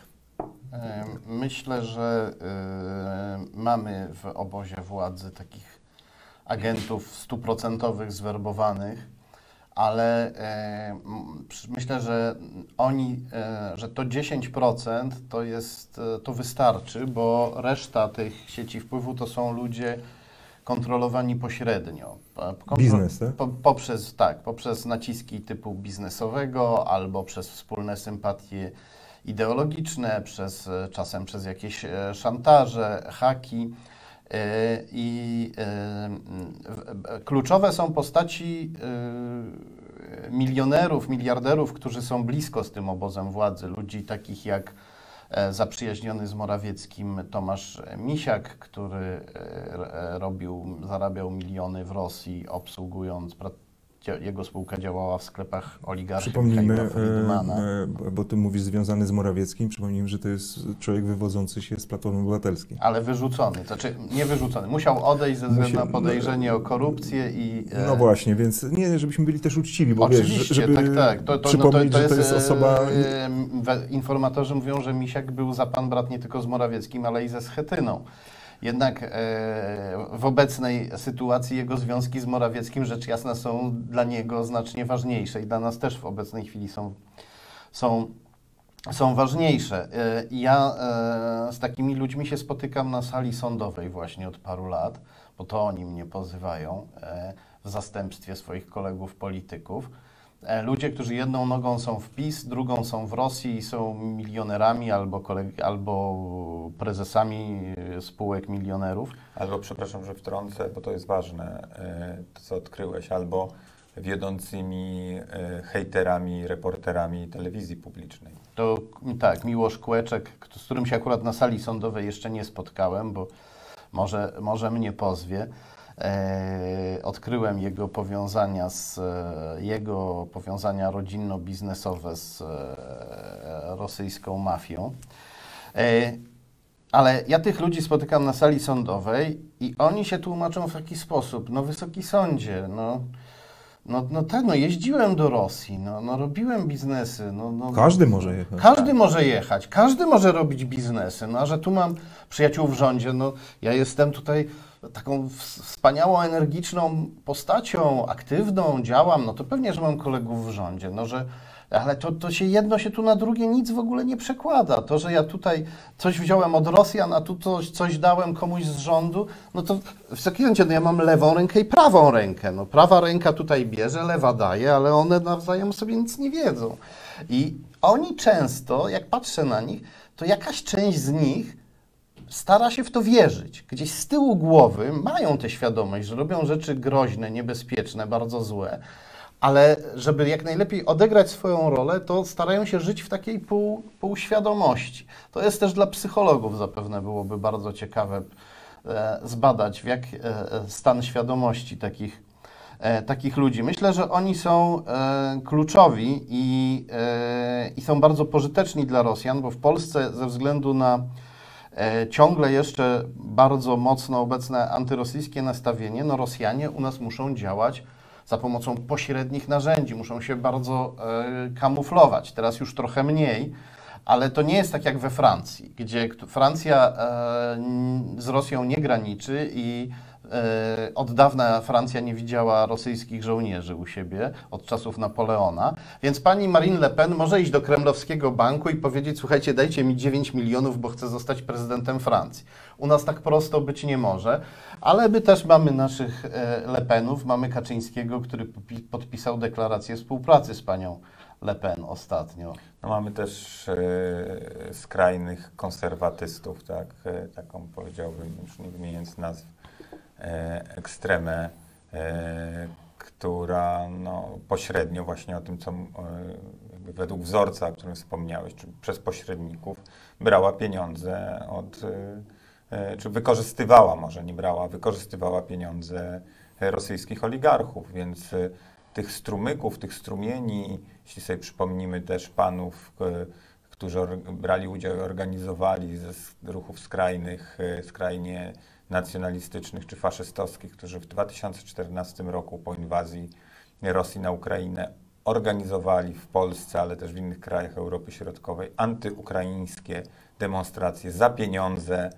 E, Myślę, że y, mamy w obozie władzy takich agentów stuprocentowych zwerbowanych, ale e, m, przy- myślę, że oni, e, że to dziesięć procent to jest, e, to wystarczy, bo reszta tych sieci wpływu to są ludzie kontrolowani pośrednio. Po- kontro- Biznes, tak? Po, poprzez, tak, poprzez naciski typu biznesowego albo przez wspólne sympatie ideologiczne, przez, e, czasem przez jakieś e, szantaże, haki. E, I e, m, w- e, kluczowe są postaci e, milionerów, miliarderów, którzy są blisko z tym obozem władzy. Ludzi takich jak e, zaprzyjaźniony z Morawieckim Tomasz Misiak, który e, e, robił, zarabiał miliony w Rosji, obsługując, pra- dzia- jego spółka działała w sklepach oligarchy Przypomnijmy, Michaila Friedmana. e, e, bo ty mówisz związany z Morawieckim, przypomnijmy, że to jest człowiek wywodzący się z Platformy Obywatelskiej. Ale wyrzucony, to znaczy nie wyrzucony, musiał odejść ze względu Musi- na podejrzenie o korupcję i... e, No właśnie, więc nie, żebyśmy byli też uczciwi, bo Oczywiście, wiesz, żeby tak, tak. To, to, no to, przypomnieć, to że jest, to jest osoba... e, m, we- informatorzy mówią, że Misiak był za pan brat nie tylko z Morawieckim, ale i ze Schetyną. Jednak e, w obecnej sytuacji jego związki z Morawieckim rzecz jasna są dla niego znacznie ważniejsze i dla nas też w obecnej chwili są, są, są ważniejsze. E, ja e, z takimi ludźmi się spotykam na sali sądowej właśnie od paru lat, bo to oni mnie pozywają e, w zastępstwie swoich kolegów polityków. E, Ludzie, którzy jedną nogą są w PiS, drugą są w Rosji i są milionerami albo, koleg- albo prezesami e, spółek milionerów. Albo, przepraszam, że wtrącę, bo to jest ważne, e, to co odkryłeś, albo wiodącymi e, hejterami, reporterami telewizji publicznej. To tak, Miłosz Kłeczek, k- z którym się akurat na sali sądowej jeszcze nie spotkałem, bo może, może mnie pozwie. E, odkryłem jego powiązania z e, jego powiązania rodzinno-biznesowe z e, rosyjską mafią. E, ale ja tych ludzi spotykam na sali sądowej i oni się tłumaczą w taki sposób. No Wysoki Sądzie, no, no, no tak, no jeździłem do Rosji, no, no robiłem biznesy. No, no, Każdy może jechać. Każdy może jechać, każdy może robić biznesy, no a że tu mam przyjaciół w rządzie, no ja jestem tutaj taką w- wspaniałą, energiczną postacią, aktywną, działam, no to pewnie, że mam kolegów w rządzie, no że, ale to, to się jedno się tu na drugie nic w ogóle nie przekłada. To, że ja tutaj coś wziąłem od Rosjan, a tu coś, coś dałem komuś z rządu, no to w takim razie no ja mam lewą rękę i prawą rękę. No prawa ręka tutaj bierze, lewa daje, ale one nawzajem sobie nic nie wiedzą. I oni często, jak patrzę na nich, to jakaś część z nich stara się w to wierzyć. Gdzieś z tyłu głowy mają tę świadomość, że robią rzeczy groźne, niebezpieczne, bardzo złe, ale żeby jak najlepiej odegrać swoją rolę, to starają się żyć w takiej pół, półświadomości. To jest też dla psychologów zapewne byłoby bardzo ciekawe e, zbadać, w jak e, stan świadomości takich, e, takich ludzi. Myślę, że oni są e, kluczowi i, e, i są bardzo pożyteczni dla Rosjan, bo w Polsce ze względu na e, ciągle jeszcze bardzo mocno obecne antyrosyjskie nastawienie, no Rosjanie u nas muszą działać za pomocą pośrednich narzędzi, muszą się bardzo e, kamuflować. Teraz już trochę mniej, ale to nie jest tak jak we Francji, gdzie kto- Francja e, n- z Rosją nie graniczy i E, od dawna Francja nie widziała rosyjskich żołnierzy u siebie, od czasów Napoleona, więc pani Marine Le Pen może iść do kremlowskiego banku i powiedzieć: słuchajcie, dajcie mi dziewięć milionów, bo chcę zostać prezydentem Francji. U nas tak prosto być nie może, ale my też mamy naszych e, Le Penów, mamy Kaczyńskiego, który popi- podpisał deklarację współpracy z panią Le Pen ostatnio. No mamy też e, skrajnych konserwatystów, tak, e, taką powiedziałbym, już nie wymieniając nazw, e, ekstremę, e, która no, pośrednio właśnie o tym, co e, jakby według wzorca, o którym wspomniałeś, czy przez pośredników, brała pieniądze od, e, czy wykorzystywała, może nie brała, wykorzystywała pieniądze rosyjskich oligarchów, więc e, tych strumyków, tych strumieni, jeśli sobie przypomnimy też panów, e, którzy brali udział i organizowali ze ruchów skrajnych, e, skrajnie nacjonalistycznych czy faszystowskich, którzy w dwa tysiące czternastym roku po inwazji Rosji na Ukrainę organizowali w Polsce, ale też w innych krajach Europy Środkowej antyukraińskie demonstracje za pieniądze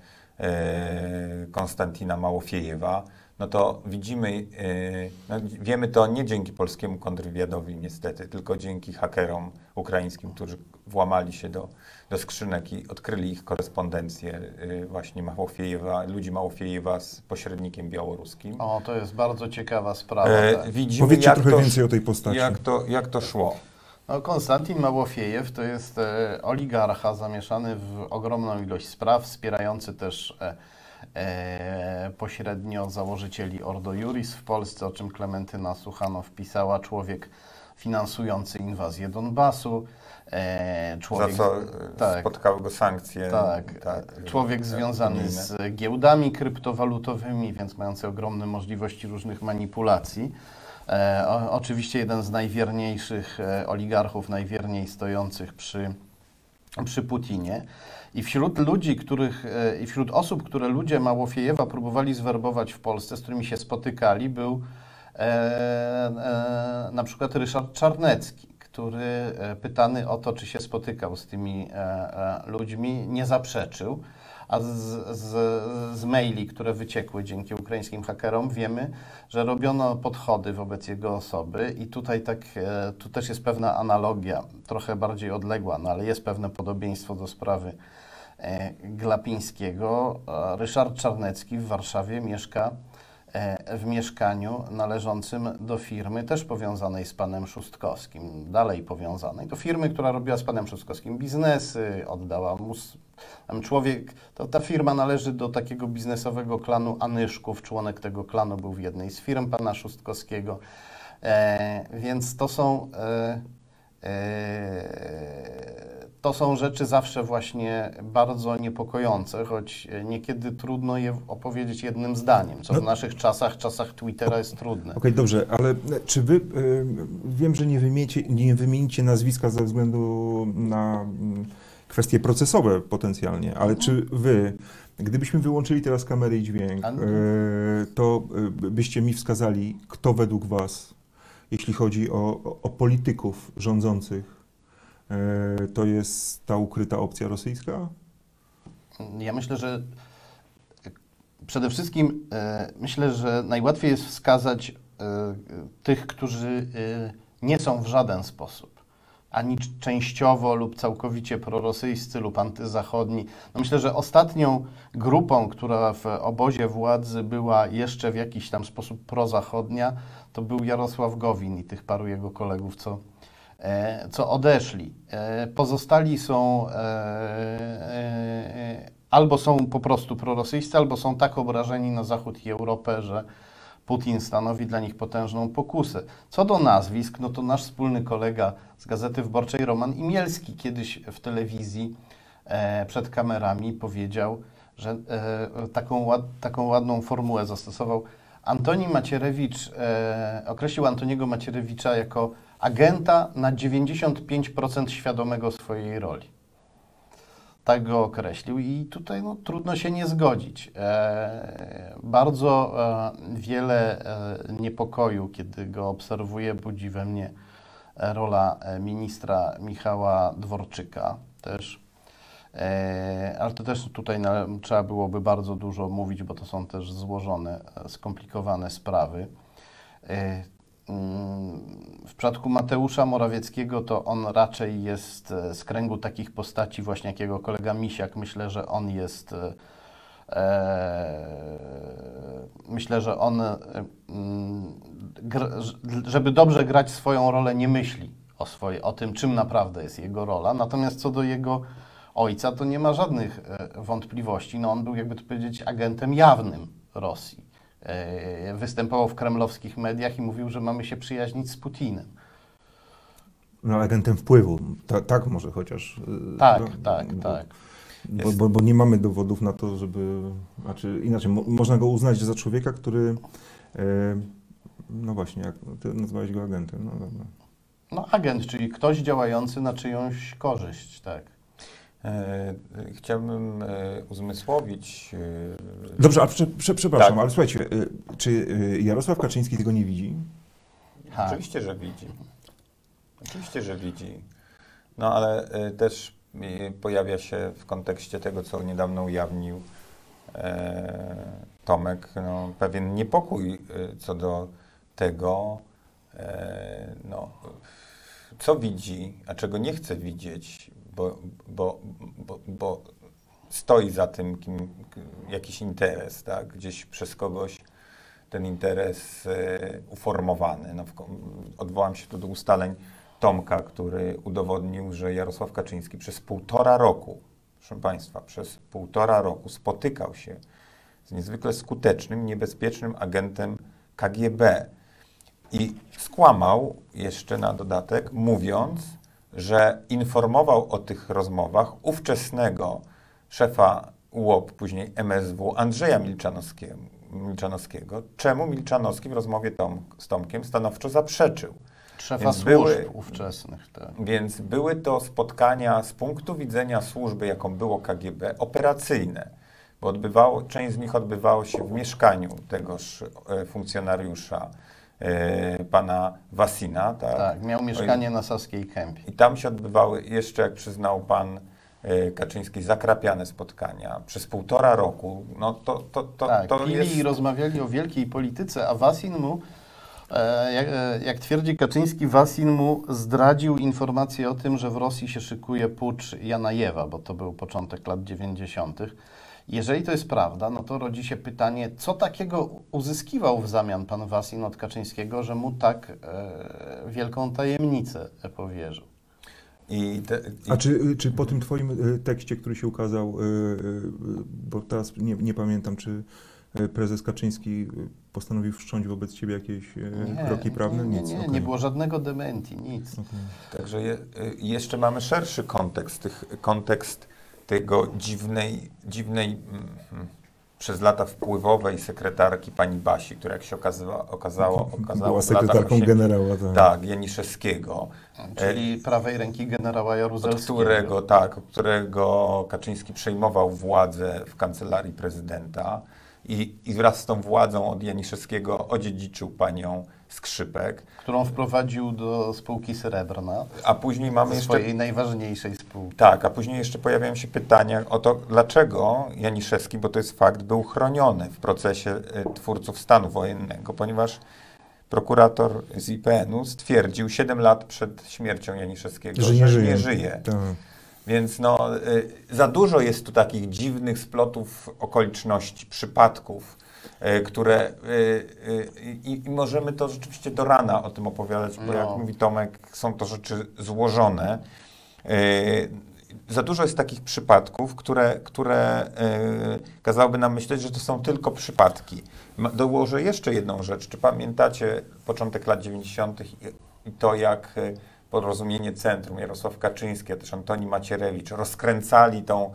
e, Konstantina Małofiejewa, no to widzimy, yy, no wiemy to nie dzięki polskiemu kontrwywiadowi niestety, tylko dzięki hakerom ukraińskim, którzy włamali się do, do skrzynek i odkryli ich korespondencję yy, właśnie Małofiejewa, ludzi Małofiejewa z pośrednikiem białoruskim. O, to jest bardzo ciekawa sprawa. E, tak. widzimy, Powiedzcie jak trochę to, więcej o tej postaci. Jak to, jak to szło. No, Konstantin Małofiejew to jest e, oligarcha zamieszany w ogromną ilość spraw, wspierający też e, e, pośrednio założycieli Ordo Iuris w Polsce, o czym Klementyna Suchanow pisała, człowiek finansujący inwazję Donbasu, e, człowiek, Za co tak, spotkały go sankcje. tak, tak, człowiek związany unijne. z giełdami kryptowalutowymi, więc mający ogromne możliwości różnych manipulacji. E, o, oczywiście jeden z najwierniejszych e, oligarchów, najwierniej stojących przy, przy Putinie. I wśród ludzi, których, e, i wśród osób, które ludzie Małofiejewa próbowali zwerbować w Polsce, z którymi się spotykali, był e, e, na przykład Ryszard Czarnecki, który e, pytany o to, czy się spotykał z tymi e, e, ludźmi, nie zaprzeczył. A z, z, z maili, które wyciekły dzięki ukraińskim hakerom, wiemy, że robiono podchody wobec jego osoby i tutaj tak, e, tu też jest pewna analogia, trochę bardziej odległa, no ale jest pewne podobieństwo do sprawy e, Glapińskiego. E, Ryszard Czarnecki w Warszawie mieszka e, w mieszkaniu należącym do firmy też powiązanej z panem Szóstkowskim, dalej powiązanej, do firmy, która robiła z panem Szóstkowskim biznesy, oddała mu Tam człowiek, to ta firma należy do takiego biznesowego klanu Anyszków. Członek tego klanu był w jednej z firm pana Szóstkowskiego. E, więc to są, e, e, to są rzeczy zawsze właśnie bardzo niepokojące, choć niekiedy trudno je opowiedzieć jednym zdaniem, co No. w naszych czasach, czasach Twittera jest trudne. Okej, dobrze, ale czy wy, y, wiem, że nie wymienicie, nie wymienicie nazwiska ze względu na mm, kwestie procesowe potencjalnie, ale czy wy, gdybyśmy wyłączyli teraz kamerę i dźwięk, A- y, to y, byście mi wskazali, kto według was, jeśli chodzi o, o, o polityków rządzących, y, to jest ta ukryta opcja rosyjska? Ja myślę, że przede wszystkim e, myślę, że najłatwiej jest wskazać e, tych, którzy e, nie są w żaden sposób ani c- częściowo lub całkowicie prorosyjscy lub antyzachodni. No myślę, że ostatnią grupą, która w obozie władzy była jeszcze w jakiś tam sposób prozachodnia, to był Jarosław Gowin i tych paru jego kolegów, co e, co odeszli. E, Pozostali są e, e, albo są po prostu prorosyjscy, albo są tak obrażeni na Zachód i Europę, że Putin stanowi dla nich potężną pokusę. Co do nazwisk, no to nasz wspólny kolega z Gazety Wyborczej, Roman Imielski, kiedyś w telewizji e, przed kamerami powiedział, że e, taką, ład, taką ładną formułę zastosował. Antoni Macierewicz, e, określił Antoniego Macierewicza jako agenta na dziewięćdziesiąt pięć procent świadomego swojej roli. Tak go określił i tutaj no, trudno się nie zgodzić. E, bardzo e, wiele e, niepokoju, kiedy go obserwuję, budzi we mnie rola e, ministra Michała Dworczyka też. E, ale to też tutaj na, trzeba byłoby bardzo dużo mówić, bo to są też złożone, e, skomplikowane sprawy. E, mm, w przypadku Mateusza Morawieckiego to on raczej jest e, z kręgu takich postaci właśnie jakiego kolega Misiak. Myślę, że on jest e, myślę, że on e, mm, gr, żeby dobrze grać swoją rolę, nie myśli o, swoje, o tym, czym naprawdę jest jego rola. Natomiast co do jego ojca, to nie ma żadnych e, wątpliwości. No, on był, jakby to powiedzieć, agentem jawnym Rosji. E, występował w kremlowskich mediach i mówił, że mamy się przyjaźnić z Putinem. No, agentem wpływu, Ta, tak może chociaż. Tak, no, tak, bo, tak. Bo, bo, bo nie mamy dowodów na to, żeby, znaczy inaczej, mo, można go uznać za człowieka, który, e, no właśnie, jak ty nazwałeś go agentem, no dobra. No agent, czyli ktoś działający na czyjąś korzyść, tak. E, chciałbym e, uzmysłowić... E, Dobrze, a prze, prze, przepraszam, tak. ale słuchajcie, e, czy e, Jarosław Kaczyński tego nie widzi? Ha. Oczywiście, że widzi. Oczywiście, że widzi. No ale e, też e, pojawia się w kontekście tego, co niedawno ujawnił e, Tomek, no, pewien niepokój e, co do tego, e, no, co widzi, a czego nie chce widzieć, bo, bo, bo, bo stoi za tym kim, jakiś interes, tak? Gdzieś przez kogoś ten interes e, uformowany. No, w, odwołam się tu do ustaleń Tomka, który udowodnił, że Jarosław Kaczyński przez półtora roku, proszę Państwa, przez półtora roku spotykał się z niezwykle skutecznym, niebezpiecznym agentem K G B i skłamał jeszcze na dodatek, mówiąc, że informował o tych rozmowach ówczesnego szefa U O P, później M S W, Andrzeja Milczanowskiego, Milczanowskiego, czemu Milczanowski w rozmowie Tom, z Tomkiem stanowczo zaprzeczył. Szefa Więc służb były- ówczesnych, tak. Więc były to spotkania z punktu widzenia służby, jaką było K G B, operacyjne, bo odbywało, część z nich odbywało się w mieszkaniu tegoż e, funkcjonariusza, e, pana Wasina. Tak? Tak, miał mieszkanie na Saskiej Kępie. I tam się odbywały jeszcze, jak przyznał pan e, Kaczyński, zakrapiane spotkania przez półtora roku. No to, to, to, Tak, to pili jest... i rozmawiali o wielkiej polityce, a Wasin mu, e, jak, e, jak twierdzi Kaczyński, Wasin mu zdradził informację o tym, że w Rosji się szykuje pucz Janajewa, bo to był początek lat dziewięćdziesiątych. Jeżeli to jest prawda, no to rodzi się pytanie, co takiego uzyskiwał w zamian pan Wasin od Kaczyńskiego, że mu tak e, wielką tajemnicę powierzył. I te, i... A czy, czy po tym twoim e, tekście, który się ukazał, e, e, bo teraz nie, nie pamiętam, czy e, prezes Kaczyński postanowił wszcząć wobec ciebie jakieś e, kroki prawne? Nie, nie, Nic, nie, okej. nie było żadnego dementi, nic. Okej. Także je, y, jeszcze mamy szerszy kontekst, tych, kontekst tego dziwnej, dziwnej mm, przez lata wpływowej sekretarki pani Basi, która jak się okazywa, okazało, okazało Była w latach sekretarką osiemdziesiątych generała. Tak. Tak, Janiszewskiego, Czyli prawej ręki generała od Jaruzelskiego. którego, tak, od którego Kaczyński przejmował władzę w kancelarii prezydenta i, i wraz z tą władzą od Janiszewskiego odziedziczył panią Skrzypek, Którą wprowadził do spółki Srebrna, a później mamy ze jeszcze... swojej najważniejszej spółki. Tak, a później jeszcze pojawiają się pytania o to, dlaczego Janiszewski, bo to jest fakt, był chroniony w procesie y, twórców stanu wojennego, ponieważ prokurator z I P N u stwierdził siedem lat przed śmiercią Janiszewskiego, Że nie żyje. nie żyje. Tak. Więc no, y, za dużo jest tu takich dziwnych splotów okoliczności, przypadków, y, które y, y, i, i możemy to rzeczywiście do rana o tym opowiadać, bo No. jak mówi Tomek, są to rzeczy złożone. Y, za dużo jest takich przypadków, które, które y, kazałyby nam myśleć, że to są tylko przypadki. Ma- Dołożę jeszcze jedną rzecz. Czy pamiętacie początek lat dziewięćdziesiątych i, i to, jak y, Porozumienie Centrum, Jarosław Kaczyński, a też Antoni Macierewicz rozkręcali tą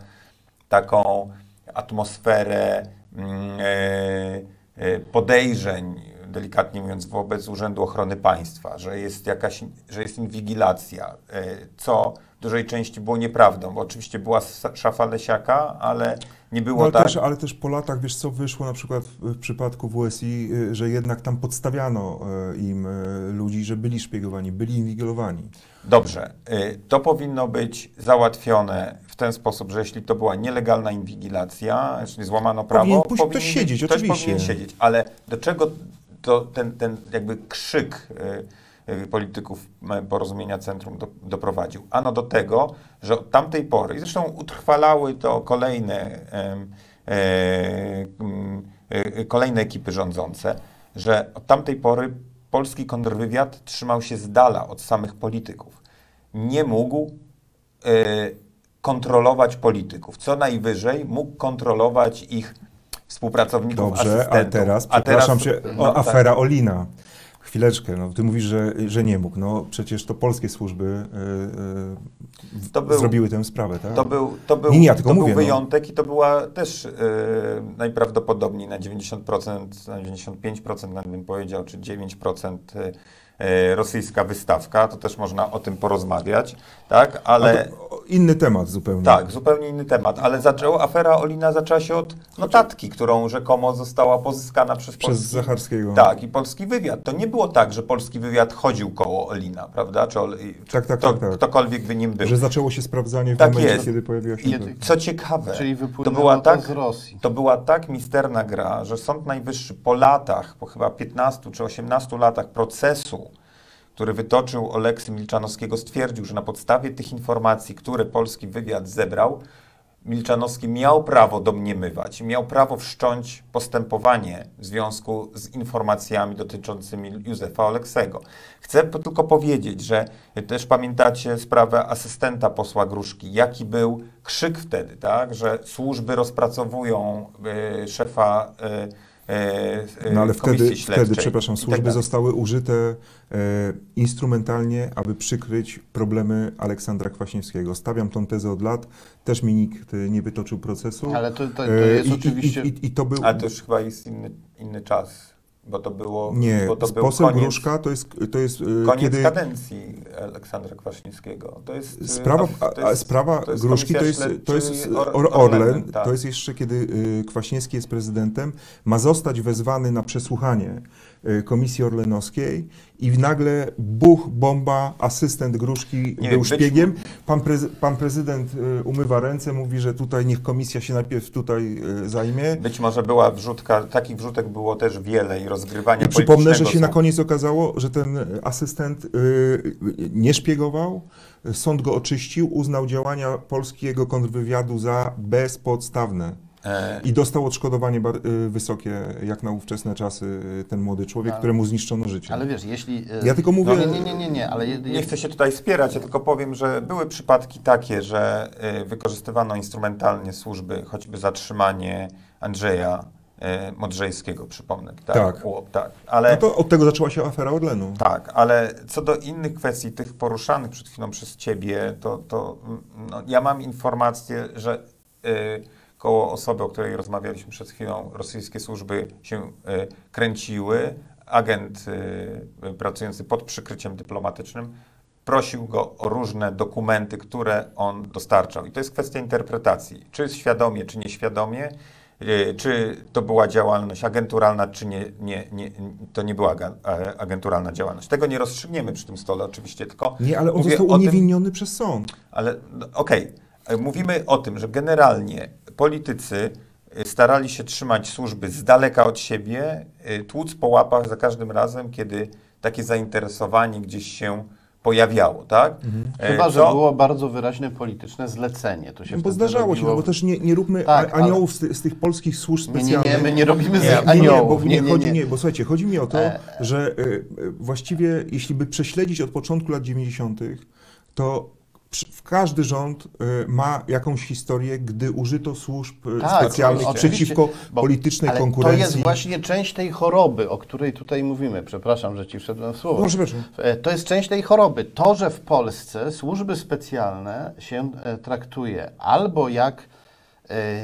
taką atmosferę mm, e, e, podejrzeń delikatnie mówiąc, wobec Urzędu Ochrony Państwa, że jest jakaś, że jest inwigilacja, co w dużej części było nieprawdą, bo oczywiście była szafa Lesiaka, ale nie było no, ale tak... Też, ale też po latach, wiesz co, wyszło na przykład w, w przypadku W S I, że jednak tam podstawiano im ludzi, że byli szpiegowani, byli inwigilowani. Dobrze, to powinno być załatwione w ten sposób, że jeśli to była nielegalna inwigilacja, jeśli złamano prawo, Powinien pójść powinien ktoś siedzieć, ktoś oczywiście. powinien siedzieć, ale do czego to, ten, ten jakby krzyk polityków Porozumienia Centrum do, doprowadził? Ano do tego, że od tamtej pory, i zresztą utrwalały to kolejne, e, e, e, kolejne ekipy rządzące, że od tamtej pory polski kontrwywiad trzymał się z dala od samych polityków. Nie mógł e, kontrolować polityków. Co najwyżej mógł kontrolować ich współpracowników, Dobrze, asystentów. a teraz, A przepraszam teraz, cię, no, o, tak. afera Olina. Chwileczkę, no, ty mówisz, że, że nie mógł. No przecież to polskie służby y, y, To był- zrobiły tę sprawę, tak? To był, to był, Nie, nie, ja tylko to mówię, był no. wyjątek i to była też yy, najprawdopodobniej na dziewięćdziesiąt procent, na dziewięćdziesiąt pięć procent, nawet bym powiedział, czy dziewięć procent yy, rosyjska wystawka. To też można o tym porozmawiać, tak? Ale... A to, o, inny temat zupełnie. Tak, zupełnie inny temat, ale zaczęło, afera Olina zaczęła się od notatki, którą rzekomo została pozyskana przez Przez polski, Zacharskiego. Tak, i polski wywiad. To nie było tak, że polski wywiad chodził koło Olina, prawda? Czy, Ol- czy Tak, tak, kto, tak, tak. ktokolwiek by nim był. Że zaczęło się sprawdzanie w Tak momencie, jest. kiedy pojawiła się... I- ta- Co ciekawe, Czyli to wypłynęło była, to tak, z Rosji. to była tak misterna gra, że Sąd Najwyższy po latach, po chyba piętnastu czy osiemnastu latach procesu, który wytoczył Oleksy Milczanowskiego, stwierdził, że na podstawie tych informacji, które polski wywiad zebrał, Milczanowski miał prawo domniemywać, miał prawo wszcząć postępowanie w związku z informacjami dotyczącymi Józefa Oleksego. Chcę po- tylko powiedzieć, że też pamiętacie sprawę asystenta posła Gruszki, jaki był krzyk wtedy, tak, że służby rozpracowują y, szefa y, y, No ale komisji wtedy, śledczej wtedy, przepraszam, i tak służby dalej. zostały użyte e, instrumentalnie, aby przykryć problemy Aleksandra Kwaśniewskiego. Stawiam tą tezę od lat, też mi nikt e, nie wytoczył procesu. Ale to, to, to E, jest i, oczywiście... I, i, I to był... Ale to już chyba jest inny, inny czas, bo to było, Nie, bo to był poseł koniec, Gruszka to jest, to jest e, koniec kiedy... kadencji Aleksandra Kwaśniewskiego. To jest, y, Sprawa, a- a, to a jest- sprawa to jest Gruszki to komisja jest, to jest śledczy Or, Or- Orlen, Orlenu, tak. to jest jeszcze kiedy y, Kwaśniewski jest prezydentem, ma zostać wezwany na przesłuchanie y, Komisji Orlenowskiej i nagle buch, bomba, asystent Gruszki Nie, był być- szpiegiem. Pan, prezy, pan prezydent y, umywa ręce, mówi, że tutaj niech komisja się najpierw tutaj y, zajmie. Być może była wrzutka, takich wrzutek było też wiele i rozgrywania I przypomnę, że politycznego się na są- koniec okazało, że ten asystent y, nie szpiegował, sąd go oczyścił, uznał działania polskiego kontrwywiadu za bezpodstawne E, i dostał odszkodowanie bar- y, wysokie, jak na ówczesne czasy, y, ten młody człowiek, Ale- któremu zniszczono życie. Ale wiesz, jeśli... e, Ja tylko mówię... Nie, nie, nie, nie, nie, ale... je- Nie chcę się tutaj spierać, ja tylko powiem, że były przypadki takie, że y, wykorzystywano instrumentalnie służby, choćby zatrzymanie Andrzeja y, Modrzejskiego, przypomnę. Tak. Tak. U, tak. Ale, No to od tego zaczęła się afera Orlenu. Tak, ale co do innych kwestii, tych poruszanych przed chwilą przez Ciebie, to, to mm, no, ja mam informację, że y, koło osoby, o której rozmawialiśmy przed chwilą, rosyjskie służby się y, kręciły. Agent y, pracujący pod przykryciem dyplomatycznym prosił go o różne dokumenty, które on dostarczał. I to jest kwestia interpretacji. Czy świadomie, czy nieświadomie, y, czy to była działalność agenturalna, czy nie, nie, nie, to nie była aga- a- agenturalna działalność. Tego nie rozstrzygniemy przy tym stole oczywiście, tylko Nie, ale on mówię został o tym- uniewinniony przez sąd. ale no, okej, mówimy o tym, że generalnie politycy y, starali się trzymać służby z daleka od siebie, y, tłuc po łapach za każdym razem, kiedy takie zainteresowanie gdzieś się pojawiało, tak? E, Chyba, że co- było bardzo wyraźne polityczne zlecenie. To się No bo wtedy zdarzało się, robiło... no bo też nie, nie róbmy Tak, a- aniołów z, ty, z tych polskich służb Nie, nie, specjalnych. nie, my nie robimy z Nie, nich nie, Nie, aniołów. bo Nie, nie, nie, chodzi, nie. nie, bo słuchajcie, chodzi mi o to, E, że y, y, właściwie jeśli by prześledzić od początku lat dziewięćdziesiątych, to przy- w każdy rząd y, ma jakąś historię, gdy użyto służb y, Tak, specjalnych oczywiście, przeciwko bo- politycznej ale konkurencji. to jest właśnie część tej choroby, o której tutaj mówimy. Przepraszam, że ci wszedłem w słowo. Proszę, proszę. E, To jest część tej choroby. To, że w Polsce służby specjalne się e, traktuje albo jak e,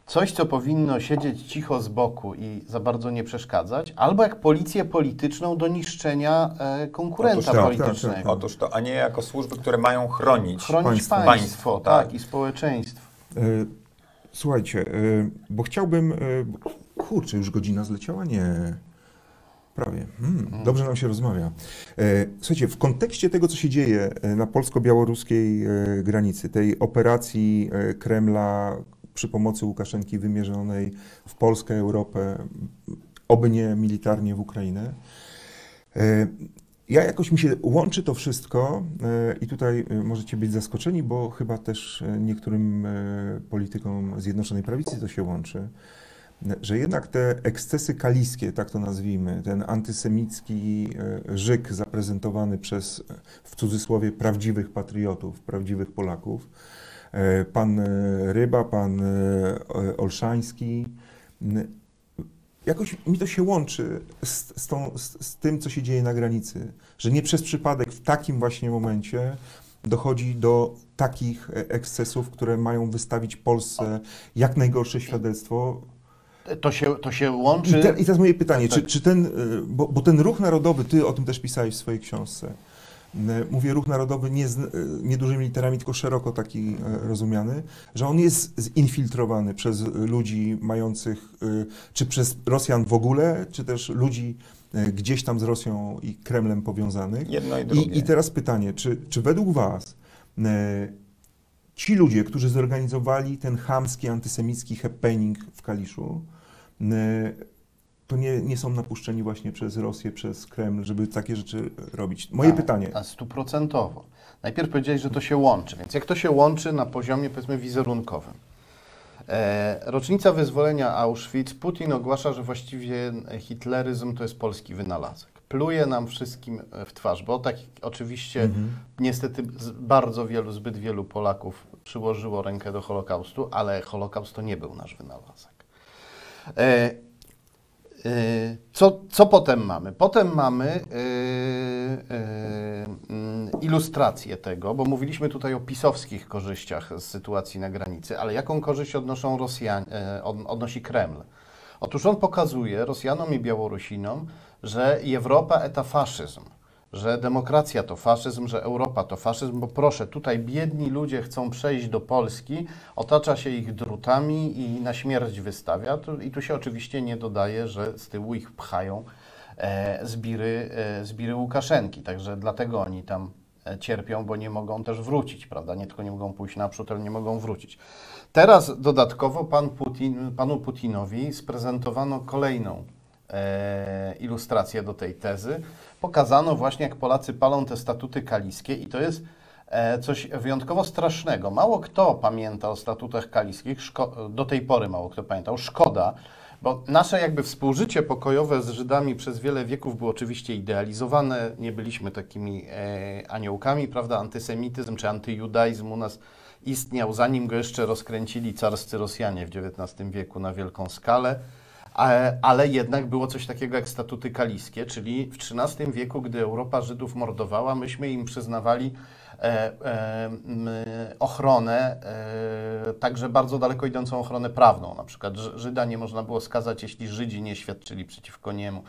coś, co powinno siedzieć cicho z boku i za bardzo nie przeszkadzać, albo jak policję polityczną do niszczenia e, konkurenta Otóż tak, politycznego. tak, tak. Otóż to, a nie jako służby, które mają chronić. Chronić Państwo. państwo, Państwo, tak, tak. i społeczeństwo. E, Słuchajcie, e, bo chciałbym... e, Kurczę, już godzina zleciała? Nie. Prawie. Hmm, dobrze nam się rozmawia. E, Słuchajcie, w kontekście tego, co się dzieje e, na polsko-białoruskiej e, granicy, tej operacji e, Kremla przy pomocy Łukaszenki wymierzonej w Polskę, Europę, oby nie militarnie w Ukrainę, e, ja jakoś mi się łączy to wszystko e, i tutaj e, możecie być zaskoczeni, bo chyba też e, niektórym e, politykom Zjednoczonej Prawicy to się łączy, że jednak te ekscesy kaliskie, tak to nazwijmy, ten antysemicki e, żyk zaprezentowany przez, w cudzysłowie, prawdziwych patriotów, prawdziwych Polaków, e, pan e, Ryba, pan e, Olszański, n- jakoś mi to się łączy z, z, tą, z, z tym, co się dzieje na granicy, że nie przez przypadek w takim właśnie momencie dochodzi do takich e, ekscesów, które mają wystawić Polsce jak najgorsze świadectwo. To się, to się I, łączy... te, I teraz moje pytanie, Tak, tak. Czy, czy ten, y, bo, bo ten ruch narodowy, ty o tym też pisałeś w swojej książce, y, mówię ruch narodowy nie, z, y, nie dużymi literami, tylko szeroko taki y, rozumiany, że on jest zinfiltrowany przez ludzi mających, y, czy przez Rosjan w ogóle, czy też ludzi y, gdzieś tam z Rosją i Kremlem powiązanych. Jedno i drugie. I, i teraz pytanie, czy, czy według was y, ci ludzie, którzy zorganizowali ten chamski, antysemicki happening w Kaliszu, to nie, nie są napuszczeni właśnie przez Rosję, przez Kreml, żeby takie rzeczy robić? Moje A, pytanie. A stuprocentowo. Najpierw powiedziałeś, że to się łączy, więc jak to się łączy na poziomie, powiedzmy, wizerunkowym. E, rocznica wyzwolenia Auschwitz, Putin ogłasza, że właściwie hitleryzm to jest polski wynalazek. Pluje nam wszystkim w twarz, bo tak oczywiście Mhm. niestety z- bardzo wielu, zbyt wielu Polaków przyłożyło rękę do Holokaustu, ale Holokaust to nie był nasz wynalazek. E, e, Co, co potem mamy? Potem mamy e, e, mm, ilustrację tego, bo mówiliśmy tutaj o pisowskich korzyściach z sytuacji na granicy, ale jaką korzyść odnoszą Rosjanie, e, od, odnosi Kreml? Otóż on pokazuje Rosjanom i Białorusinom, że Europa eta faszyzm, że demokracja to faszyzm, że Europa to faszyzm, bo proszę, tutaj biedni ludzie chcą przejść do Polski, otacza się ich drutami i na śmierć wystawia. Tu, I tu się oczywiście nie dodaje, że z tyłu ich pchają e, zbiry, e, zbiry Łukaszenki, także dlatego oni tam e, cierpią, bo nie mogą też wrócić, prawda? Nie tylko nie mogą pójść naprzód, ale nie mogą wrócić. Teraz dodatkowo pan Putin, panu Putinowi sprezentowano kolejną e, ilustrację do tej tezy. Pokazano właśnie, jak Polacy palą te statuty kaliskie i to jest e, coś wyjątkowo strasznego. Mało kto pamięta o statutach kaliskich, szko- do tej pory mało kto pamiętał. Szkoda, bo nasze jakby współżycie pokojowe z Żydami przez wiele wieków było oczywiście idealizowane. Nie byliśmy takimi e, aniołkami, prawda? Antysemityzm czy antyjudaizm u nas istniał, zanim go jeszcze rozkręcili carscy Rosjanie w dziewiętnastym wieku na wielką skalę. Ale jednak było coś takiego jak statuty kaliskie, czyli w trzynastym wieku, gdy Europa Żydów mordowała, myśmy im przyznawali e, e, m, ochronę, e, także bardzo daleko idącą ochronę prawną. Na przykład Ży- Żyda nie można było skazać, jeśli Żydzi nie świadczyli przeciwko niemu.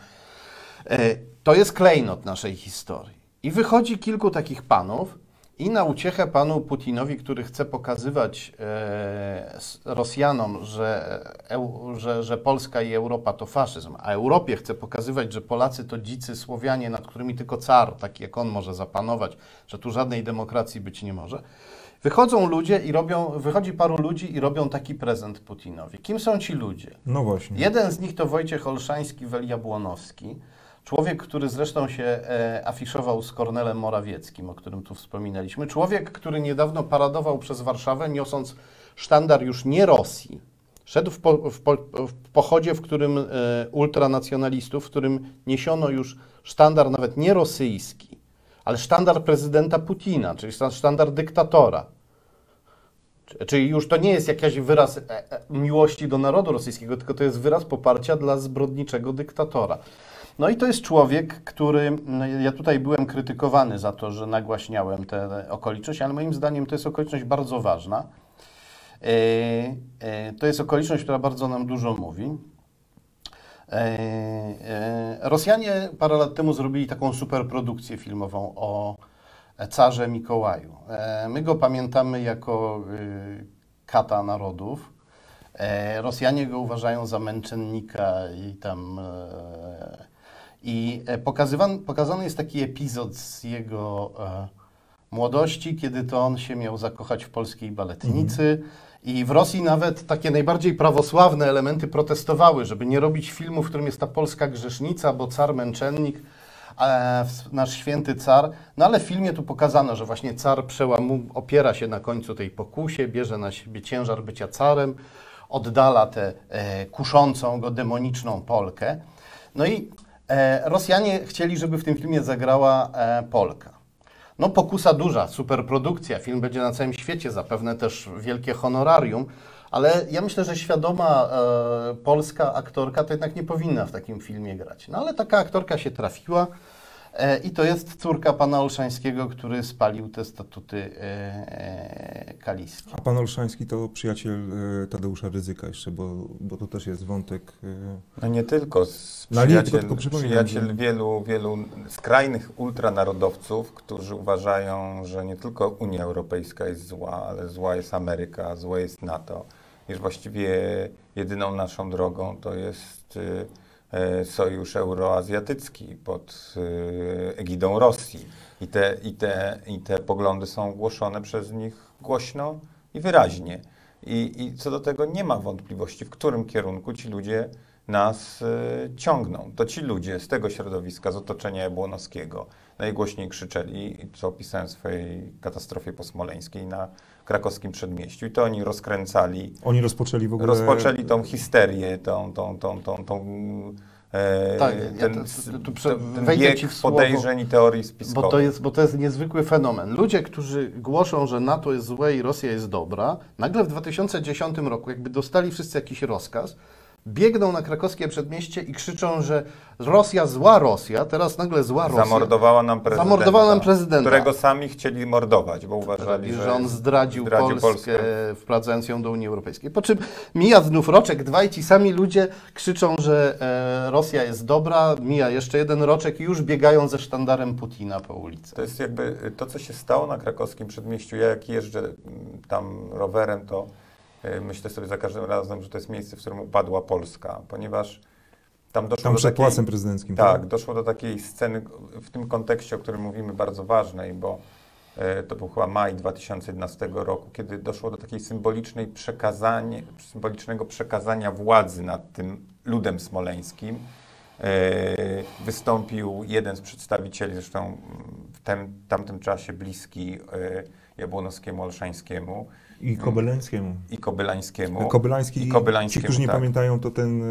E, to jest klejnot naszej historii. I wychodzi kilku takich panów, i na uciechę panu Putinowi, który chce pokazywać e, s- Rosjanom, że, eu, że, że Polska i Europa to faszyzm, a Europie chce pokazywać, że Polacy to dzicy Słowianie, nad którymi tylko car, taki jak on, może zapanować, że tu żadnej demokracji być nie może. Wychodzą ludzie i robią, wychodzi paru ludzi i robią taki prezent Putinowi. Kim są ci ludzie? No właśnie. Jeden z nich to Wojciech Olszański, Wel Jabłonowski. Człowiek, który zresztą się e, afiszował z Kornelem Morawieckim, o którym tu wspominaliśmy. Człowiek, który niedawno paradował przez Warszawę, niosąc sztandar już nie Rosji. Szedł w, po, w, po, w pochodzie, w którym e, ultranacjonalistów, w którym niesiono już sztandar nawet nie rosyjski, ale sztandar prezydenta Putina, czyli sztandar dyktatora. Czyli już to nie jest jakiś wyraz e, e, miłości do narodu rosyjskiego, tylko to jest wyraz poparcia dla zbrodniczego dyktatora. No i to jest człowiek, który, no ja tutaj byłem krytykowany za to, że nagłaśniałem tę okoliczność, ale moim zdaniem to jest okoliczność bardzo ważna. To jest okoliczność, która bardzo nam dużo mówi. Rosjanie parę lat temu zrobili taką superprodukcję filmową o carze Mikołaju. My go pamiętamy jako kata narodów. Rosjanie go uważają za męczennika i tam... I pokazywany, pokazany jest taki epizod z jego młodości, kiedy to on się miał zakochać w polskiej baletnicy. Mhm. I w Rosji nawet takie najbardziej prawosławne elementy protestowały, żeby nie robić filmu, w którym jest ta polska grzesznica, bo car męczennik, e, nasz święty car. No ale w filmie tu pokazano, że właśnie car przełamu, opiera się na końcu tej pokusie, bierze na siebie ciężar bycia carem, oddala tę e, kuszącą go demoniczną Polkę. No i e, Rosjanie chcieli, żeby w tym filmie zagrała e, Polka. No pokusa duża, superprodukcja, film będzie na całym świecie, zapewne też wielkie honorarium, ale ja myślę, że świadoma e, polska aktorka to jednak nie powinna w takim filmie grać. No ale taka aktorka się trafiła e, i to jest córka pana Olszańskiego, który spalił te statuty e, e, kaliskie. A pan Olszański to przyjaciel e, Tadeusza Rydzyka jeszcze, bo, bo to też jest wątek... E... No nie tylko, z No, przyjaciel, nie, tylko, tylko przyjaciel że... wielu, wielu skrajnych ultranarodowców, którzy uważają, że nie tylko Unia Europejska jest zła, ale zła jest Ameryka, złe jest NATO. I że właściwie jedyną naszą drogą to jest e, sojusz euroazjatycki pod e, egidą Rosji. I te, i, te, I te poglądy są głoszone przez nich głośno i wyraźnie. I, I co do tego nie ma wątpliwości, w którym kierunku ci ludzie nas y, ciągną. To ci ludzie z tego środowiska, z otoczenia Jabłonowskiego najgłośniej krzyczeli, co opisałem w swojej katastrofie posmoleńskiej na krakowskim przedmieściu. I to oni rozkręcali. Oni rozpoczęli w ogóle... Rozpoczęli tą histerię, tą, tą, tą, tą, tą e, tak, ten, ja to, to, to prze, ten bieg ci w słowo, podejrzeń i teorii spiskowych. Bo to, jest, bo to jest niezwykły fenomen. Ludzie, którzy głoszą, że NATO jest złe i Rosja jest dobra, nagle w dwa tysiące dziesiątym roku, jakby dostali wszyscy jakiś rozkaz, biegną na krakowskie przedmieście i krzyczą, że Rosja, zła Rosja, teraz nagle zła Rosja. Zamordowała nam prezydenta, Zamordowała nam prezydenta. którego sami chcieli mordować, bo uważali, że, że on zdradził, zdradził Polskę, Polskę, wprowadzając ją do Unii Europejskiej. Po czym mija znów roczek, dwaj ci sami ludzie krzyczą, że e, Rosja jest dobra, mija jeszcze jeden roczek i już biegają ze sztandarem Putina po ulicy. To jest jakby to, co się stało na krakowskim przedmieściu. Ja jak jeżdżę tam rowerem, to myślę sobie za każdym razem, że to jest miejsce, w którym upadła Polska, ponieważ tam doszło tam do przed takiej, Pałacem Prezydenckim. Tak, tak, doszło do takiej sceny w tym kontekście, o którym mówimy, bardzo ważnej, bo e, to był chyba maj dwa tysiące jedenastego roku, kiedy doszło do takiej symbolicznej przekazania, symbolicznego przekazania władzy nad tym ludem smoleńskim. E, wystąpił jeden z przedstawicieli, zresztą w tym, tamtym czasie bliski e, Jabłonowskiemu, Olszańskiemu, I Kobylańskiemu. I Kobylańskiemu. Kobylański, I Kobylańskiemu, ci, którzy nie tak. pamiętają, to ten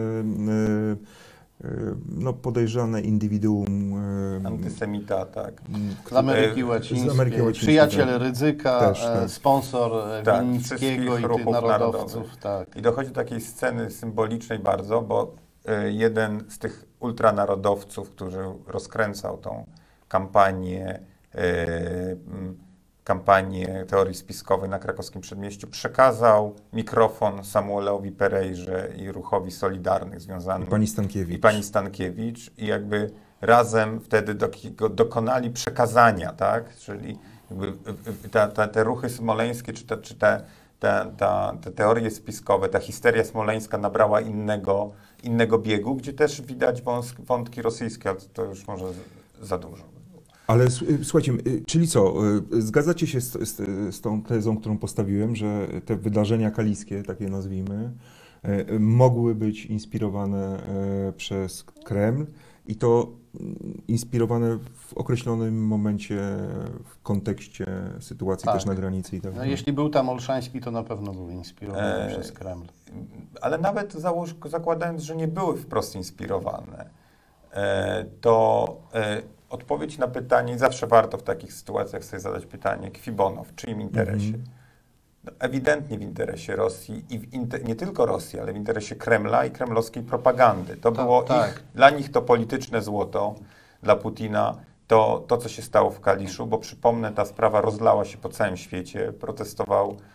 y, y, no, podejrzane indywiduum. Y, Antysemita, tak. Z Ameryki Łacińskiej, z Ameryki Łacińskiej, przyjaciel tak. Rydzyka, Też, e, tak. sponsor Tak, Winnickiego i tych ruchów narodowców. narodowych. Tak. I dochodzi do takiej sceny symbolicznej bardzo, bo y, jeden z tych ultranarodowców, który rozkręcał tą kampanię, y, y, kampanię teorii spiskowej na krakowskim przedmieściu, przekazał mikrofon Samuelowi Perejrze i ruchowi Solidarnych związanym... I pani Stankiewicz. I pani Stankiewicz. I jakby razem wtedy do, dokonali przekazania, tak? Czyli jakby ta, ta, te ruchy smoleńskie, czy, te, czy te, te, ta, te teorie spiskowe, ta histeria smoleńska nabrała innego, innego biegu, gdzie też widać wątki rosyjskie, ale to już może za dużo. Ale słuchajcie, czyli co, zgadzacie się z, z, z tą tezą, którą postawiłem, że te wydarzenia kaliskie, tak je nazwijmy, mogły być inspirowane przez Kreml i to inspirowane w określonym momencie w kontekście sytuacji tak. też na granicy i tak No, dalej. jeśli był tam Olszański, to na pewno był inspirowany e, przez Kreml. Ale nawet założ, zakładając, że nie były wprost inspirowane, e, to e, odpowiedź na pytanie, i zawsze warto w takich sytuacjach sobie zadać pytanie, qui bono, w czyim interesie? Mm-hmm. No, ewidentnie w interesie Rosji i w inter, nie tylko Rosji, ale w interesie Kremla i kremlowskiej propagandy. To Ta, było tak. ich, dla nich to polityczne złoto, dla Putina to, to, co się stało w Kaliszu, bo przypomnę, ta sprawa rozlała się po całym świecie, protestował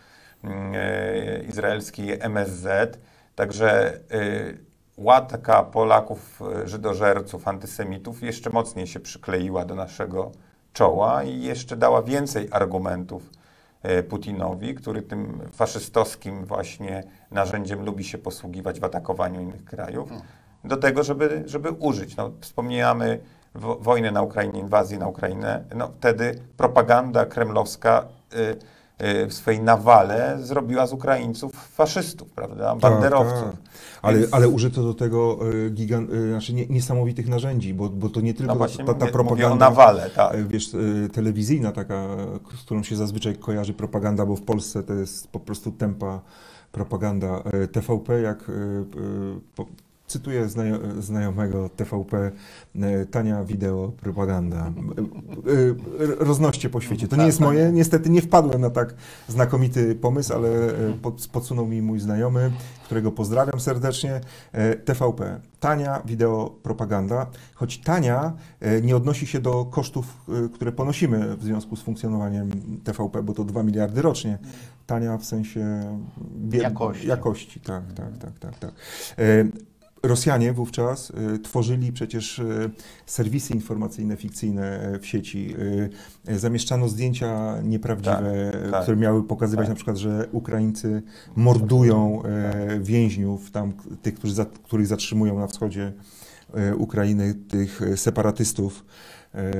e, izraelski M S Z. Także e, łatka Polaków, żydożerców, antysemitów jeszcze mocniej się przykleiła do naszego czoła i jeszcze dała więcej argumentów Putinowi, który tym faszystowskim właśnie narzędziem lubi się posługiwać w atakowaniu innych krajów, do tego, żeby, żeby użyć. No, wspomniamy wo wojnę na Ukrainie, inwazję na Ukrainę. No, wtedy propaganda kremlowska y, y, w swojej nawale zrobiła z Ukraińców faszystów, prawda? Banderowców. Tak, tak. Ale, Więc... ale użyto do tego y, gigan, y, znaczy nie, niesamowitych narzędzi, bo, bo to nie tylko no właśnie, ta, ta mówię, propaganda mówię o nawale, tak. y, wiesz, y, telewizyjna taka, z którą się zazwyczaj kojarzy propaganda, bo w Polsce to jest po prostu tępa propaganda. Y, T V P, jak y, y, po, cytuję znajo, znajomego T V P, y, tania wideo propaganda. Y, y, roznoście po świecie. To nie jest moje, niestety nie wpadłem na tak znakomity pomysł, ale y, pod, podsunął mi mój znajomy, którego pozdrawiam serdecznie. Y, T V P. Tania wideo propaganda, choć tania y, nie odnosi się do kosztów, y, które ponosimy w związku z funkcjonowaniem T V P, bo to dwa miliardy rocznie. Tania w sensie jakości. jakości. Tak, tak, tak, tak, tak. Y, Rosjanie wówczas y, tworzyli przecież y, serwisy informacyjne, fikcyjne w sieci. Y, zamieszczano zdjęcia nieprawdziwe, Tak, tak, które miały pokazywać tak. na przykład, że Ukraińcy mordują y, więźniów, tam tych, którzy za, których zatrzymują na wschodzie y, Ukrainy, tych separatystów y, y,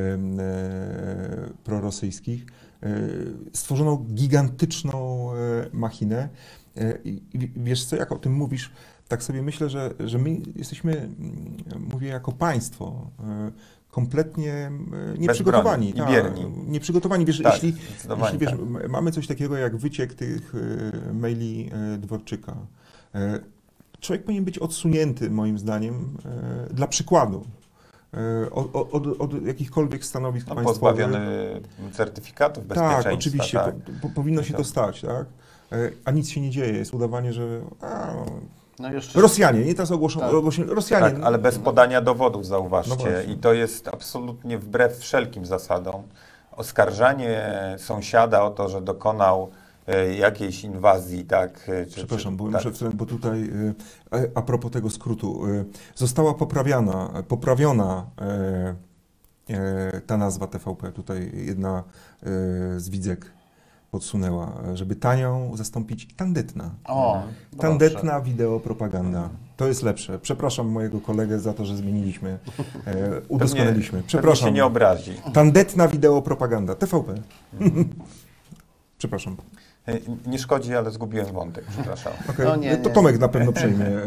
prorosyjskich. Y, stworzono gigantyczną y, machinę. Y, I wiesz co, jak o tym mówisz, tak sobie myślę, że, że my jesteśmy, mówię jako państwo, kompletnie nieprzygotowani. Bezbronni i bierni. Tak, nieprzygotowani. Wiesz, Tak, jeśli, jeśli wiesz, tak. mamy coś takiego jak wyciek tych maili Dworczyka. Człowiek powinien być odsunięty, moim zdaniem, dla przykładu. Od, od, od jakichkolwiek stanowisk No, państwowych. pozbawiony certyfikatów bezpieczeństwa. Tak, oczywiście, Tak. po, po, powinno się to stać, tak? A nic się nie dzieje, jest udawanie, że a, no jeszcze... Rosjanie, nie teraz ogłoszą, Tak. ogłoszą, Rosjanie. Tak, ale bez podania dowodów, zauważcie. No właśnie. I to jest absolutnie wbrew wszelkim zasadom. Oskarżanie sąsiada o to, że dokonał e, jakiejś inwazji, tak? Czy, Przepraszam, czy, bo, tak. muszę, bo tutaj e, a propos tego skrótu, e, została poprawiana, poprawiona e, e, ta nazwa T V P, tutaj jedna e, z widzek podsunęła, żeby tanią zastąpić tandetna. O, Tandetna wideopropaganda. To jest lepsze. Przepraszam mojego kolegę za to, że zmieniliśmy, e, udoskonaliliśmy. Pewnie, Przepraszam. pewnie się nie obrazi. Tandetna wideopropaganda. T V P. Przepraszam. E, Nie szkodzi, ale zgubiłem wątek, przepraszam. Okay. No nie, To nie. Tomek na pewno przejmie. E,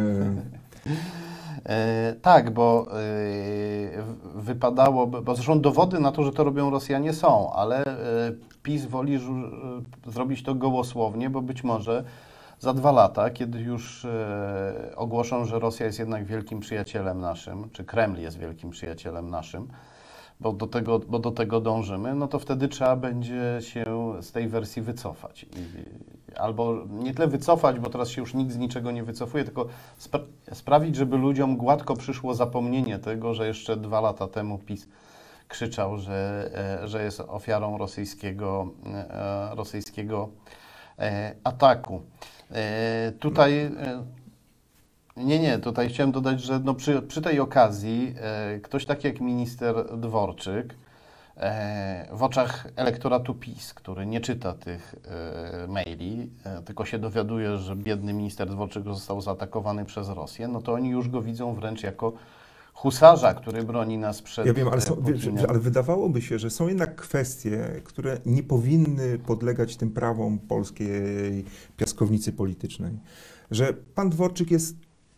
E, tak, bo e, wypadałoby, bo zresztą dowody na to, że to robią Rosjanie są, ale e, PiS woli żu, e, zrobić to gołosłownie, bo być może za dwa lata, kiedy już e, ogłoszą, że Rosja jest jednak wielkim przyjacielem naszym, czy Kreml jest wielkim przyjacielem naszym, bo do tego, bo do tego dążymy, no to wtedy trzeba będzie się z tej wersji wycofać. I, albo nie tyle wycofać, bo teraz się już nikt z niczego nie wycofuje, tylko spra sprawić, żeby ludziom gładko przyszło zapomnienie tego, że jeszcze dwa lata temu PiS krzyczał, że, e, że jest ofiarą rosyjskiego, e, rosyjskiego e, ataku. E, tutaj... E, Nie, nie, tutaj chciałem dodać, że no przy, przy tej okazji e, ktoś taki jak minister Dworczyk e, w oczach elektoratu PiS, który nie czyta tych e, maili, e, tylko się dowiaduje, że biedny minister Dworczyk został zaatakowany przez Rosję, no to oni już go widzą wręcz jako husarza, który broni nas przed Ja wiem, ale, są, wie, Putinem. że, ale wydawałoby się, że są jednak kwestie, które nie powinny podlegać tym prawom polskiej piaskownicy politycznej. Że pan Dworczyk jest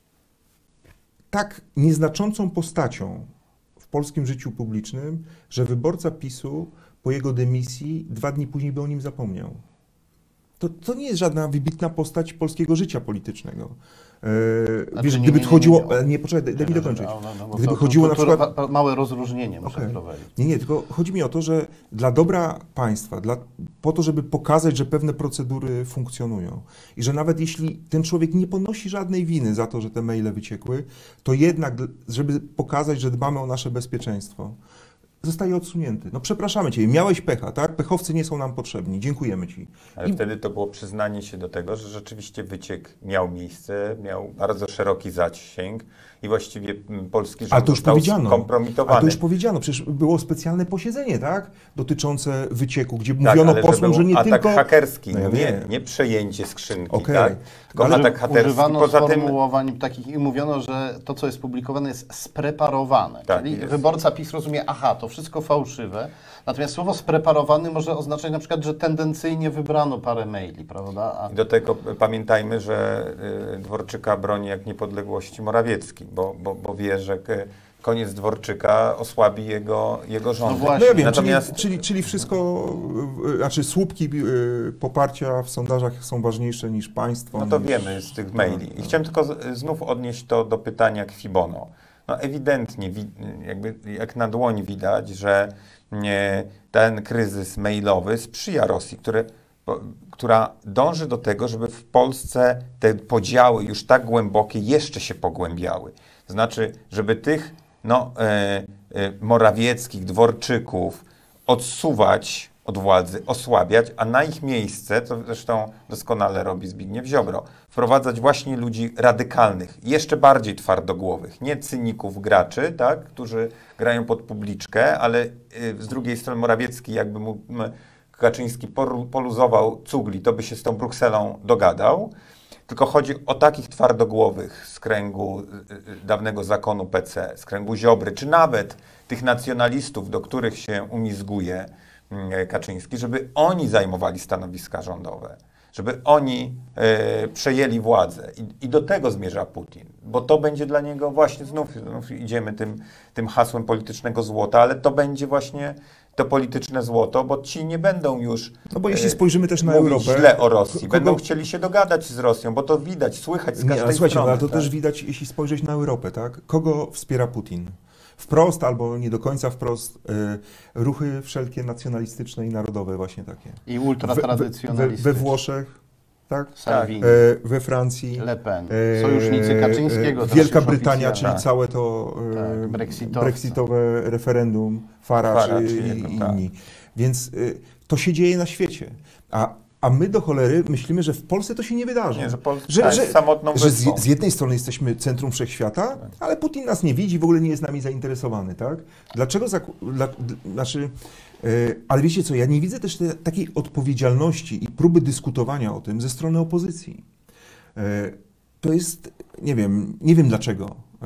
tak nieznaczącą postacią w polskim życiu publicznym, że wyborca PiSu po jego dymisji dwa dni później by o nim zapomniał. To, to nie jest żadna wybitna postać polskiego życia politycznego. E, Znaczy, wiesz, nie, gdyby nie, nie, chodziło... nie, nie. e, Nie, poczekaj, daj mi dokończyć. No, no, no, bo Gdyby to, chodziło tu, tu, na przykład... tu, małe rozróżnienie muszę Okay. wprowadzić. Nie, nie, tylko chodzi mi o to, że dla dobra państwa, dla, po to, żeby pokazać, że pewne procedury funkcjonują i że nawet jeśli ten człowiek nie ponosi żadnej winy za to, że te maile wyciekły, to jednak, żeby pokazać, że dbamy o nasze bezpieczeństwo, zostaje odsunięty. No przepraszamy Cię, miałeś pecha, tak? Pechowcy nie są nam potrzebni, dziękujemy Ci. Ale I- wtedy to było przyznanie się do tego, że rzeczywiście wyciek miał miejsce, miał bardzo szeroki zasięg i właściwie mm, polski Ale rząd to już został powiedziano. skompromitowany. Ale to już powiedziano, przecież było specjalne posiedzenie, tak? Dotyczące wycieku, gdzie Tak, mówiono ale posłom, że był nie atak tylko... hakerski, No ja nie, wiem. nie przejęcie skrzynki, Okej. tak? Tylko Ale atak hakerski. Używano Poza tym sformułowań takich i mówiono, że to, co jest publikowane, jest spreparowane. Tak, Czyli jest. wyborca PiS rozumie, aha, to wszystko fałszywe. Natomiast słowo spreparowany może oznaczać na przykład, że tendencyjnie wybrano parę maili, prawda? A I do tego pamiętajmy, że y, Dworczyka broni jak niepodległości Morawiecki, bo, bo, bo wie, że k- koniec Dworczyka osłabi jego, jego rząd. No No właśnie. ja wiem, Natomiast czyli, czyli, czyli wszystko, y, znaczy słupki y, poparcia w sondażach są ważniejsze niż państwo. no to niż... wiemy z tych maili. I chciałem tylko z, znów odnieść to do pytania Kwibono. No ewidentnie, wi- jakby jak na dłoni widać, że nie, ten kryzys mailowy sprzyja Rosji, który, po, która dąży do tego, żeby w Polsce te podziały już tak głębokie jeszcze się pogłębiały. To znaczy, żeby tych no, e, e, Morawieckich, Dworczyków odsuwać od władzy, osłabiać, a na ich miejsce, to zresztą doskonale robi Zbigniew Ziobro, wprowadzać właśnie ludzi radykalnych, jeszcze bardziej twardogłowych, nie cyników graczy, tak, którzy grają pod publiczkę, ale y, z drugiej strony Morawiecki, jakby mu m, Kaczyński poru- poluzował cugli, to by się z tą Brukselą dogadał. Tylko chodzi o takich twardogłowych z kręgu y, y, dawnego zakonu P C, z kręgu Ziobry, czy nawet tych nacjonalistów, do których się umizguje y, Kaczyński, żeby oni zajmowali stanowiska rządowe, żeby oni y, przejęli władzę. I, I do tego zmierza Putin, bo to będzie dla niego właśnie, znów, znów idziemy tym, tym hasłem politycznego złota, ale to będzie właśnie to polityczne złoto, bo ci nie będą już No bo jeśli e, spojrzymy też na mówić Europę... źle o Rosji, kogo- będą chcieli się dogadać z Rosją, bo to widać, słychać z Nie, każdej ale słuchajcie, no, strony. ale to tak? też widać, jeśli spojrzeć na Europę, tak? Kogo wspiera Putin? Wprost albo nie do końca wprost y, ruchy wszelkie nacjonalistyczne i narodowe właśnie takie. i We, we, ultratradycjonalistyczne. we Włoszech, tak? Salvini, E, we Francji, Le Pen, e, sojusznicy Kaczyńskiego. e, teraz Wielka już Brytania, oficjalnie. czyli całe to e, Tak, brexitowce. brexitowe referendum, Farage Farage i, i i jego, tak. inni. Więc y, to się dzieje na świecie. A, a my do cholery myślimy, że w Polsce to się nie wydarzy. Nie, że Polska Że- jest że- samotną Że wyspą. z, z jednej strony jesteśmy centrum wszechświata, ale Putin nas nie widzi, w ogóle nie jest nami zainteresowany, tak? Dlaczego? Zaku- dla, d, znaczy, yy, ale wiecie co, ja nie widzę też te, takiej odpowiedzialności i próby dyskutowania o tym ze strony opozycji. Yy, to jest, nie wiem, nie wiem dlaczego, yy,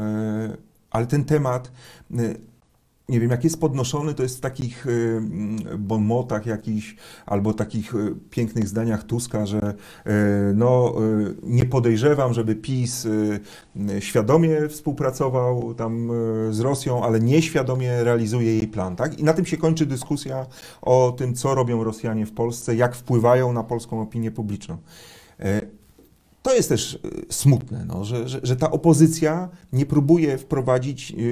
ale ten temat, yy, nie wiem, jak jest podnoszony, to jest w takich y, bonmotach jakichś, albo takich y, pięknych zdaniach Tuska, że y, no, y, nie podejrzewam, żeby PiS y, y, świadomie współpracował tam y, z Rosją, ale nieświadomie realizuje jej plan, tak? I na tym się kończy dyskusja o tym, co robią Rosjanie w Polsce, jak wpływają na polską opinię publiczną. Y, To jest też y, smutne, no, że, że, że ta opozycja nie próbuje wprowadzić, y,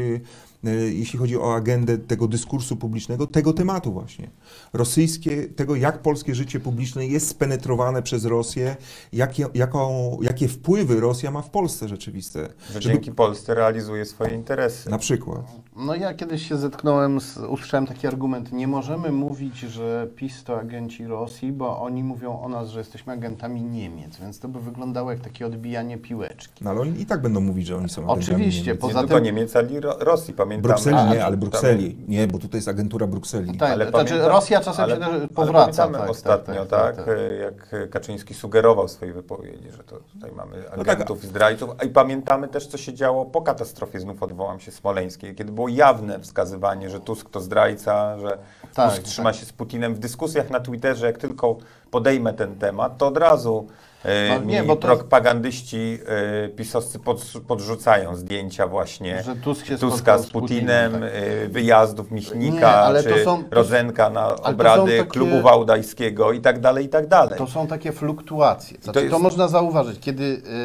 y, jeśli chodzi o agendę tego dyskursu publicznego, tego tematu właśnie. Rosyjskie, tego jak polskie życie publiczne jest spenetrowane przez Rosję, jakie, jaką, jakie wpływy Rosja ma w Polsce rzeczywiste. Że Żeby- dzięki Polsce realizuje swoje interesy. Na przykład. No ja kiedyś się zetknąłem, z, usłyszałem taki argument, nie możemy mówić, że PiS to agenci Rosji, bo oni mówią o nas, że jesteśmy agentami Niemiec, więc to by wyglądało jak takie odbijanie piłeczki. No ale oni i tak będą mówić, że oni są agentami Oczywiście, Niemiec. po- Nie Poza tylko tym- Niemiec, ale i Ro- Rosji, pamiętamy. Brukseli A, nie, ale tam- Brukseli. Nie, bo tutaj jest agentura Brukseli. Tak, Ale znaczy pamiętam- Rosja czasem ale- się też ale powraca. pamiętamy tak, ostatnio, tak, jak Kaczyński sugerował w swojej wypowiedzi, że to tutaj mamy No tak. agentów i zdrajców. I pamiętamy też, co się działo po katastrofie, znów odwołam się, smoleńskiej, kiedy było jawne wskazywanie, że Tusk to zdrajca, że Tak, Tusk trzyma się z Putinem. W dyskusjach na Twitterze, jak tylko podejmę ten temat, to od razu e, No mi nie, bo to jest- propagandyści e, pisowscy pod, podrzucają zdjęcia właśnie Że Tusk się Tuska spotkał z z Putinem, Putinem, tak. e, wyjazdów Michnika, Nie, ale czy to są- to- Rodzenka na to są obrady takie- klubu wałdajskiego i tak dalej, i tak dalej. To są takie fluktuacje. Znaczy, to to, jest- można zauważyć, kiedy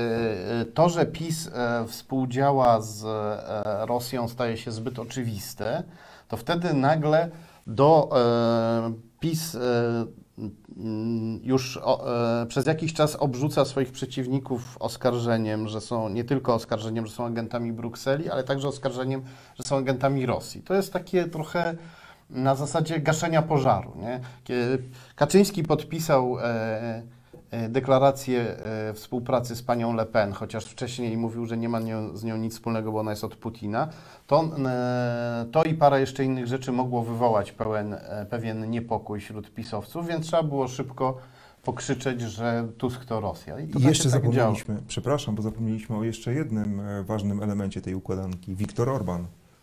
y, y, to, że PiS y, współdziała z y, Rosją staje się zbyt oczywiste, to wtedy nagle do y, PiS y, mm, już o, e, przez jakiś czas obrzuca swoich przeciwników oskarżeniem, że są nie tylko oskarżeniem, że są agentami Brukseli, ale także oskarżeniem, że są agentami Rosji. To jest takie trochę na zasadzie gaszenia pożaru. Nie? Kie- Kaczyński podpisał e, e, deklarację e, współpracy z panią Le Pen, chociaż wcześniej mówił, że nie ma nią, z nią nic wspólnego, bo ona jest od Putina. To, e, to i parę jeszcze innych rzeczy mogło wywołać pełen, e, pewien niepokój wśród pisowców, więc trzeba było szybko pokrzyczeć, że Tusk to Rosja. I to I tak jeszcze się tak działo. zapomnieliśmy, przepraszam, bo zapomnieliśmy o jeszcze jednym e, ważnym elemencie tej układanki. Viktor Orban,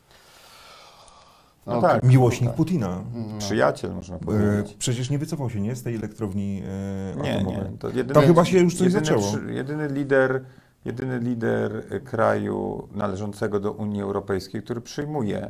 No tak. miłośnik tak. Putina. No. Przyjaciel, można E, powiedzieć. Przecież nie wycofał się, nie? Z tej elektrowni e, Nie, atomowej. nie. To jedyny, Tam chyba się już coś jedyny, zaczęło. przy- Jedyny lider, jedyny lider kraju należącego do Unii Europejskiej, który przyjmuje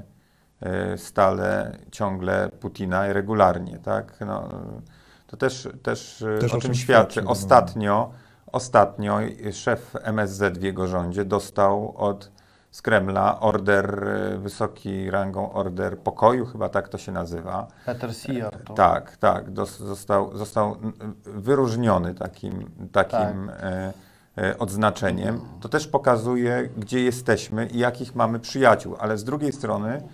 e, stale, ciągle Putina i regularnie, tak? No, to też, też, e, Też o o czym czym świadczy. świadczy, no. Ostatnio, ostatnio szef M S Z w jego rządzie dostał od z Kremla order, e, wysoki rangą order pokoju, chyba tak to się nazywa. Peter Siar. To... Tak, tak. Dos, został, został wyróżniony takim, takim e, e, odznaczeniem. To też pokazuje, gdzie jesteśmy i jakich mamy przyjaciół. Ale z drugiej strony, e,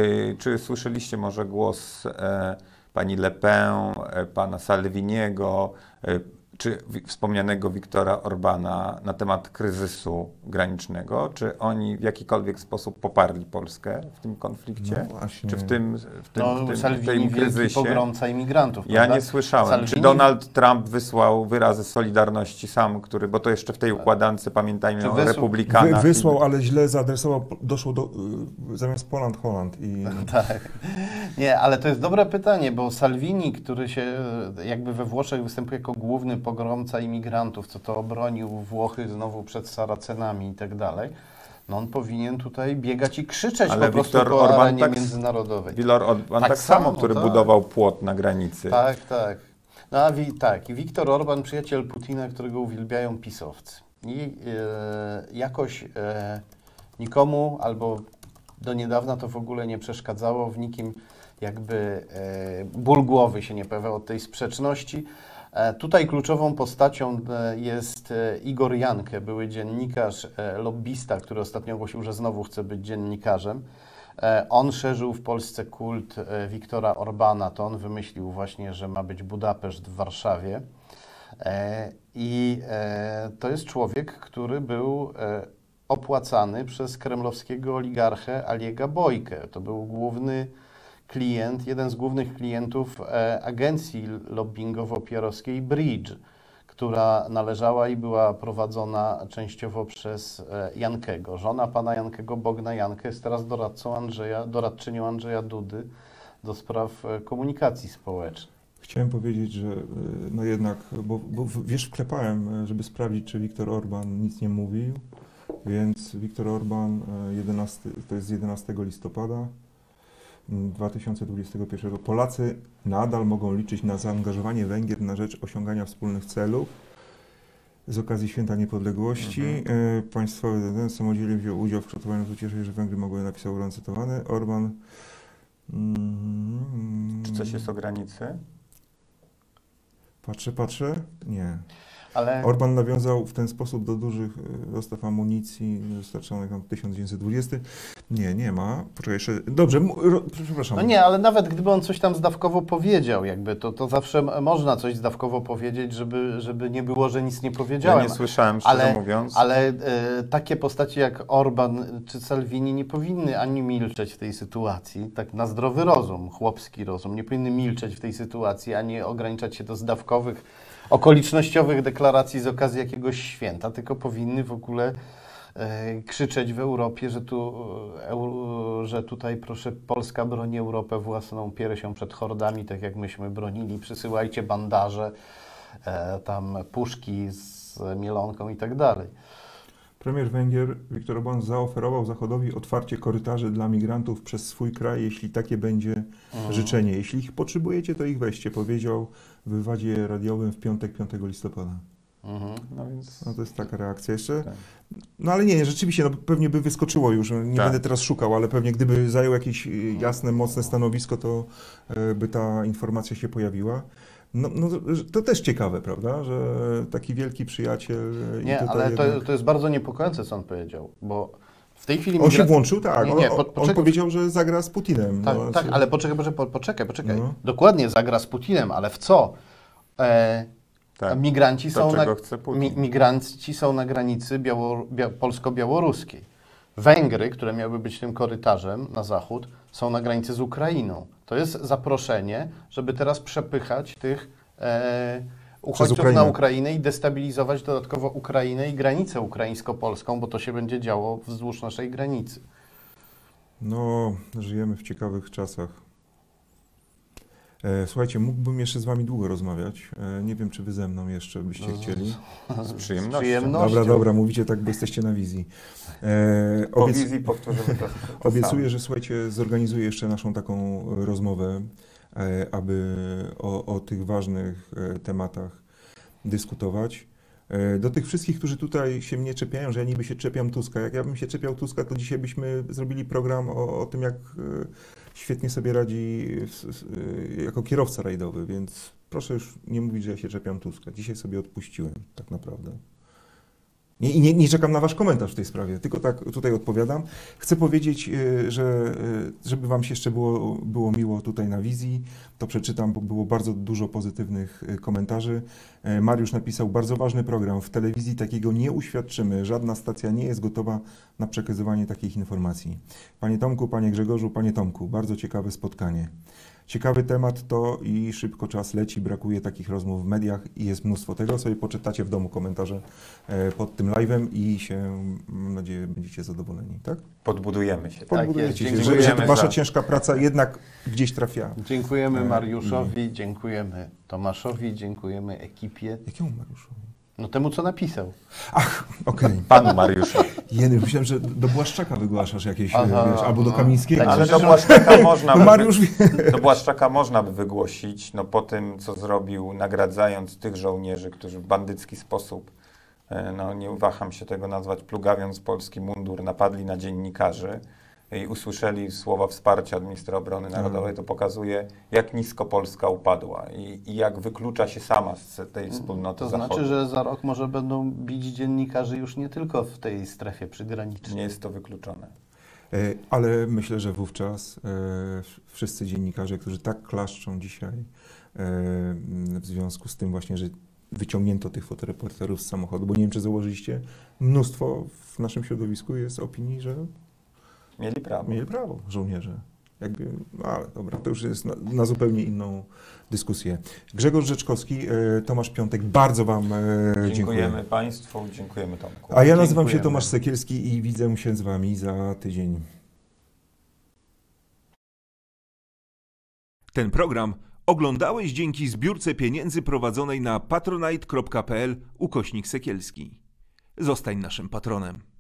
czy słyszeliście może głos e, pani Le Pen, e, pana Salviniego, e, czy wi- wspomnianego Viktora Orbana na temat kryzysu granicznego? Czy oni w jakikolwiek sposób poparli Polskę w tym konflikcie? No właśnie. Czy w tym, w tym, No, w tym, w Salvini, tym wielki kryzysie? pogromca imigrantów. Ja prawda? nie słyszałem. Czy Salvini- Donald Trump wysłał wyrazy solidarności sam, który, bo to jeszcze w tej układance, pamiętajmy Czy o wysłał- Wy, republikanach. wysłał, ale źle zaadresował, doszło do, y, zamiast Poland, Holland. I Tak. Nie, ale to jest dobre pytanie, bo Salvini, który się e, jakby we Włoszech występuje jako główny pogromca imigrantów, co to obronił Włochy znowu przed Saracenami i tak dalej, no on powinien tutaj biegać i krzyczeć Ale po prostu Viktor po Orban arenie tak- międzynarodowej. Viktor Orban tak, Tak samo, samo, który tak. budował płot na granicy. Tak, tak. No a wi- tak, i Viktor Orban, przyjaciel Putina, którego uwielbiają pisowcy. I e, jakoś e, nikomu, albo do niedawna to w ogóle nie przeszkadzało, w nikim jakby e, ból głowy się nie pojawiał od tej sprzeczności. E, tutaj kluczową postacią e, jest e, Igor Jankę, były dziennikarz, e, lobbista, który ostatnio ogłosił, że znowu chce być dziennikarzem. E, On szerzył w Polsce kult e, Viktora Orbana, to on wymyślił właśnie, że ma być Budapeszt w Warszawie. E, I e, to jest człowiek, który był e, opłacany przez kremlowskiego oligarchę Aliega Bojkę. To był główny klient, jeden z głównych klientów e, agencji lobbingowo-pierowskiej Bridge, która należała i była prowadzona częściowo przez e, Jankego. Żona pana Jankego, Bogna Jankę, jest teraz doradcą Andrzeja, doradczynią Andrzeja Dudy do spraw e, komunikacji społecznej. chciałem powiedzieć, że y, no jednak, bo, bo w- wiesz, wklepałem, y, żeby sprawdzić, czy Viktor Orban nic nie mówił, więc Viktor Orban, y, jedenasty, to jest z jedenastego listopada dwa tysiące dwudziestego pierwszego. Polacy nadal mogą liczyć na zaangażowanie Węgier na rzecz osiągania wspólnych celów. Z okazji Święta Niepodległości y, państwowy prezydent samodzielnie wziął udział w przygotowaniu do cieszy, że Węgry mogły, napisał Orban cytowany. Orban... Mm, Czy coś jest o granicy? Patrzę, patrzę. Nie. Ale Orban nawiązał w ten sposób do dużych e, dostaw amunicji dostarczonych tam w tysiąc dziewięćset dwudziestym. Nie, nie ma. Poczekaj jeszcze. Dobrze, m- ro, przepraszam. no nie, ale nawet gdyby on coś tam zdawkowo powiedział, jakby, to, to zawsze m- można coś zdawkowo powiedzieć, żeby, żeby nie było, że nic nie Ja powiedziałem. nie słyszałem, szczerze ale, mówiąc. ale e, takie postacie jak Orban czy Salvini nie powinny ani milczeć w tej sytuacji, tak na zdrowy rozum, chłopski rozum, nie powinny milczeć w tej sytuacji, ani ograniczać się do zdawkowych, okolicznościowych deklaracji z okazji jakiegoś święta, tylko powinny w ogóle e, krzyczeć w Europie, że, tu, e, eu, że tutaj proszę Polska broni Europę własną, pierze się przed hordami, tak jak myśmy bronili, przysyłajcie bandaże, e, tam puszki z mielonką i tak dalej. Premier Węgier Viktor Orban zaoferował Zachodowi otwarcie korytarzy dla migrantów przez swój kraj, jeśli takie będzie Mhm. życzenie. Jeśli ich potrzebujecie, to ich weźcie, powiedział w wywiadzie radiowym w piątek, piątego listopada. Mhm. No więc... No to jest taka reakcja jeszcze. Tak. No ale nie, rzeczywiście, no pewnie by wyskoczyło już, nie Tak. będę teraz szukał, ale pewnie gdyby zajął jakieś y, jasne, mocne stanowisko, to y, by ta informacja się pojawiła. No, no to- to też ciekawe, prawda, że taki wielki przyjaciel y, i Nie, tutaj ale to, jednak... to jest bardzo niepokojące, co on powiedział, bo W tej chwili On się migra- włączył, tak. Nie, nie, on, po- on poczekaj. powiedział, że zagra z Putinem. Tak, No, tak, czy- ale poczekaj, poczekaj, po- poczekaj, poczekaj. No. Dokładnie zagra z Putinem, ale w co? E, Tak. migranci, To, są na, czego chce Putin. mi, migranci są na granicy biało, bia, polsko-białoruskiej. Węgry, które miały być tym korytarzem na zachód, są na granicy z Ukrainą. To jest zaproszenie, żeby teraz przepychać tych e, uchodźców Ukrainę. na Ukrainę i destabilizować dodatkowo Ukrainę i granicę ukraińsko-polską, bo to się będzie działo wzdłuż naszej granicy. No, żyjemy w ciekawych czasach. E, słuchajcie, mógłbym jeszcze z wami długo rozmawiać. E, nie wiem, czy wy ze mną jeszcze byście chcieli. Z przyjemnością. przyjemnością. Dobra, dobra, mówicie tak, bo jesteście na wizji. E, Po obiec- wizji powtórzymy to. to Obiecuję, samo. że słuchajcie, zorganizuję jeszcze naszą taką rozmowę, e, aby o, o tych ważnych e, tematach dyskutować. E, Do tych wszystkich, którzy tutaj się mnie czepiają, że ja niby się czepiam Tuska. Jak ja bym się czepiał Tuska, to dzisiaj byśmy zrobili program o, o tym, jak e, świetnie sobie radzi s- s- e, jako kierowca rajdowy, więc proszę już nie mówić, że ja się czepiam Tuska. Dzisiaj sobie odpuściłem, tak naprawdę. Nie, i nie, nie czekam na wasz komentarz w tej sprawie, tylko tak tutaj odpowiadam. Chcę powiedzieć, y, że y, żeby wam się jeszcze było, było miło tutaj na wizji, to przeczytam, bo było bardzo dużo pozytywnych y, komentarzy. E, Mariusz napisał, bardzo ważny program, w telewizji takiego nie uświadczymy, żadna stacja nie jest gotowa na przekazywanie takich informacji. Panie Tomku, panie Grzegorzu, panie Tomku, bardzo ciekawe spotkanie. Ciekawy temat to i szybko czas leci, brakuje takich rozmów w mediach i jest mnóstwo tego. Sobie poczytacie w domu komentarze e, pod tym live'em i się, mam nadzieję, będziecie zadowoleni, tak? Podbudujemy się. Tak? Podbudujecie się, że, dziękujemy że ta wasza za- ciężka praca jednak gdzieś trafia. Dziękujemy E, Mariuszowi, dziękujemy Tomaszowi, dziękujemy ekipie. Jakiemu Mariuszowi? No temu, co napisał. Ach, okej. Panu Mariusza. Jeny, myślałem, że do Błaszczaka wygłaszasz jakieś, e, Aha, wiesz, albo do no. Kamińskiego. Tak, Ale że- do Błaszczaka można No by, Mariusz wie. do Błaszczaka można by wygłosić, no po tym, co zrobił, nagradzając tych żołnierzy, którzy w bandycki sposób, e, no nie waham się tego nazwać, plugawiąc polski mundur, napadli na dziennikarzy i usłyszeli słowa wsparcia od ministra obrony narodowej, to pokazuje, jak nisko Polska upadła i, i jak wyklucza się sama z tej wspólnoty To Zachodu. znaczy, że za rok może będą bić dziennikarzy już nie tylko w tej strefie przygranicznej. Nie jest to wykluczone. E, Ale myślę, że wówczas e, wszyscy dziennikarze, którzy tak klaszczą dzisiaj e, w związku z tym właśnie, że wyciągnięto tych fotoreporterów z samochodu, bo nie wiem, czy założyliście, mnóstwo w naszym środowisku jest opinii, że Mieli prawo. mieli prawo żołnierze. Jakby, no ale dobra, to już jest na, na zupełnie inną dyskusję. Grzegorz Rzeczkowski, e, Tomasz Piątek, bardzo wam e, dziękuję. Dziękujemy Państwu, dziękujemy Tomku. A ja nazywam się Dziękujemy. Tomasz Sekielski i widzę się z wami za tydzień. Ten program oglądałeś dzięki zbiórce pieniędzy prowadzonej na patronite kropka pl ukośnik Sekielski. Zostań naszym patronem.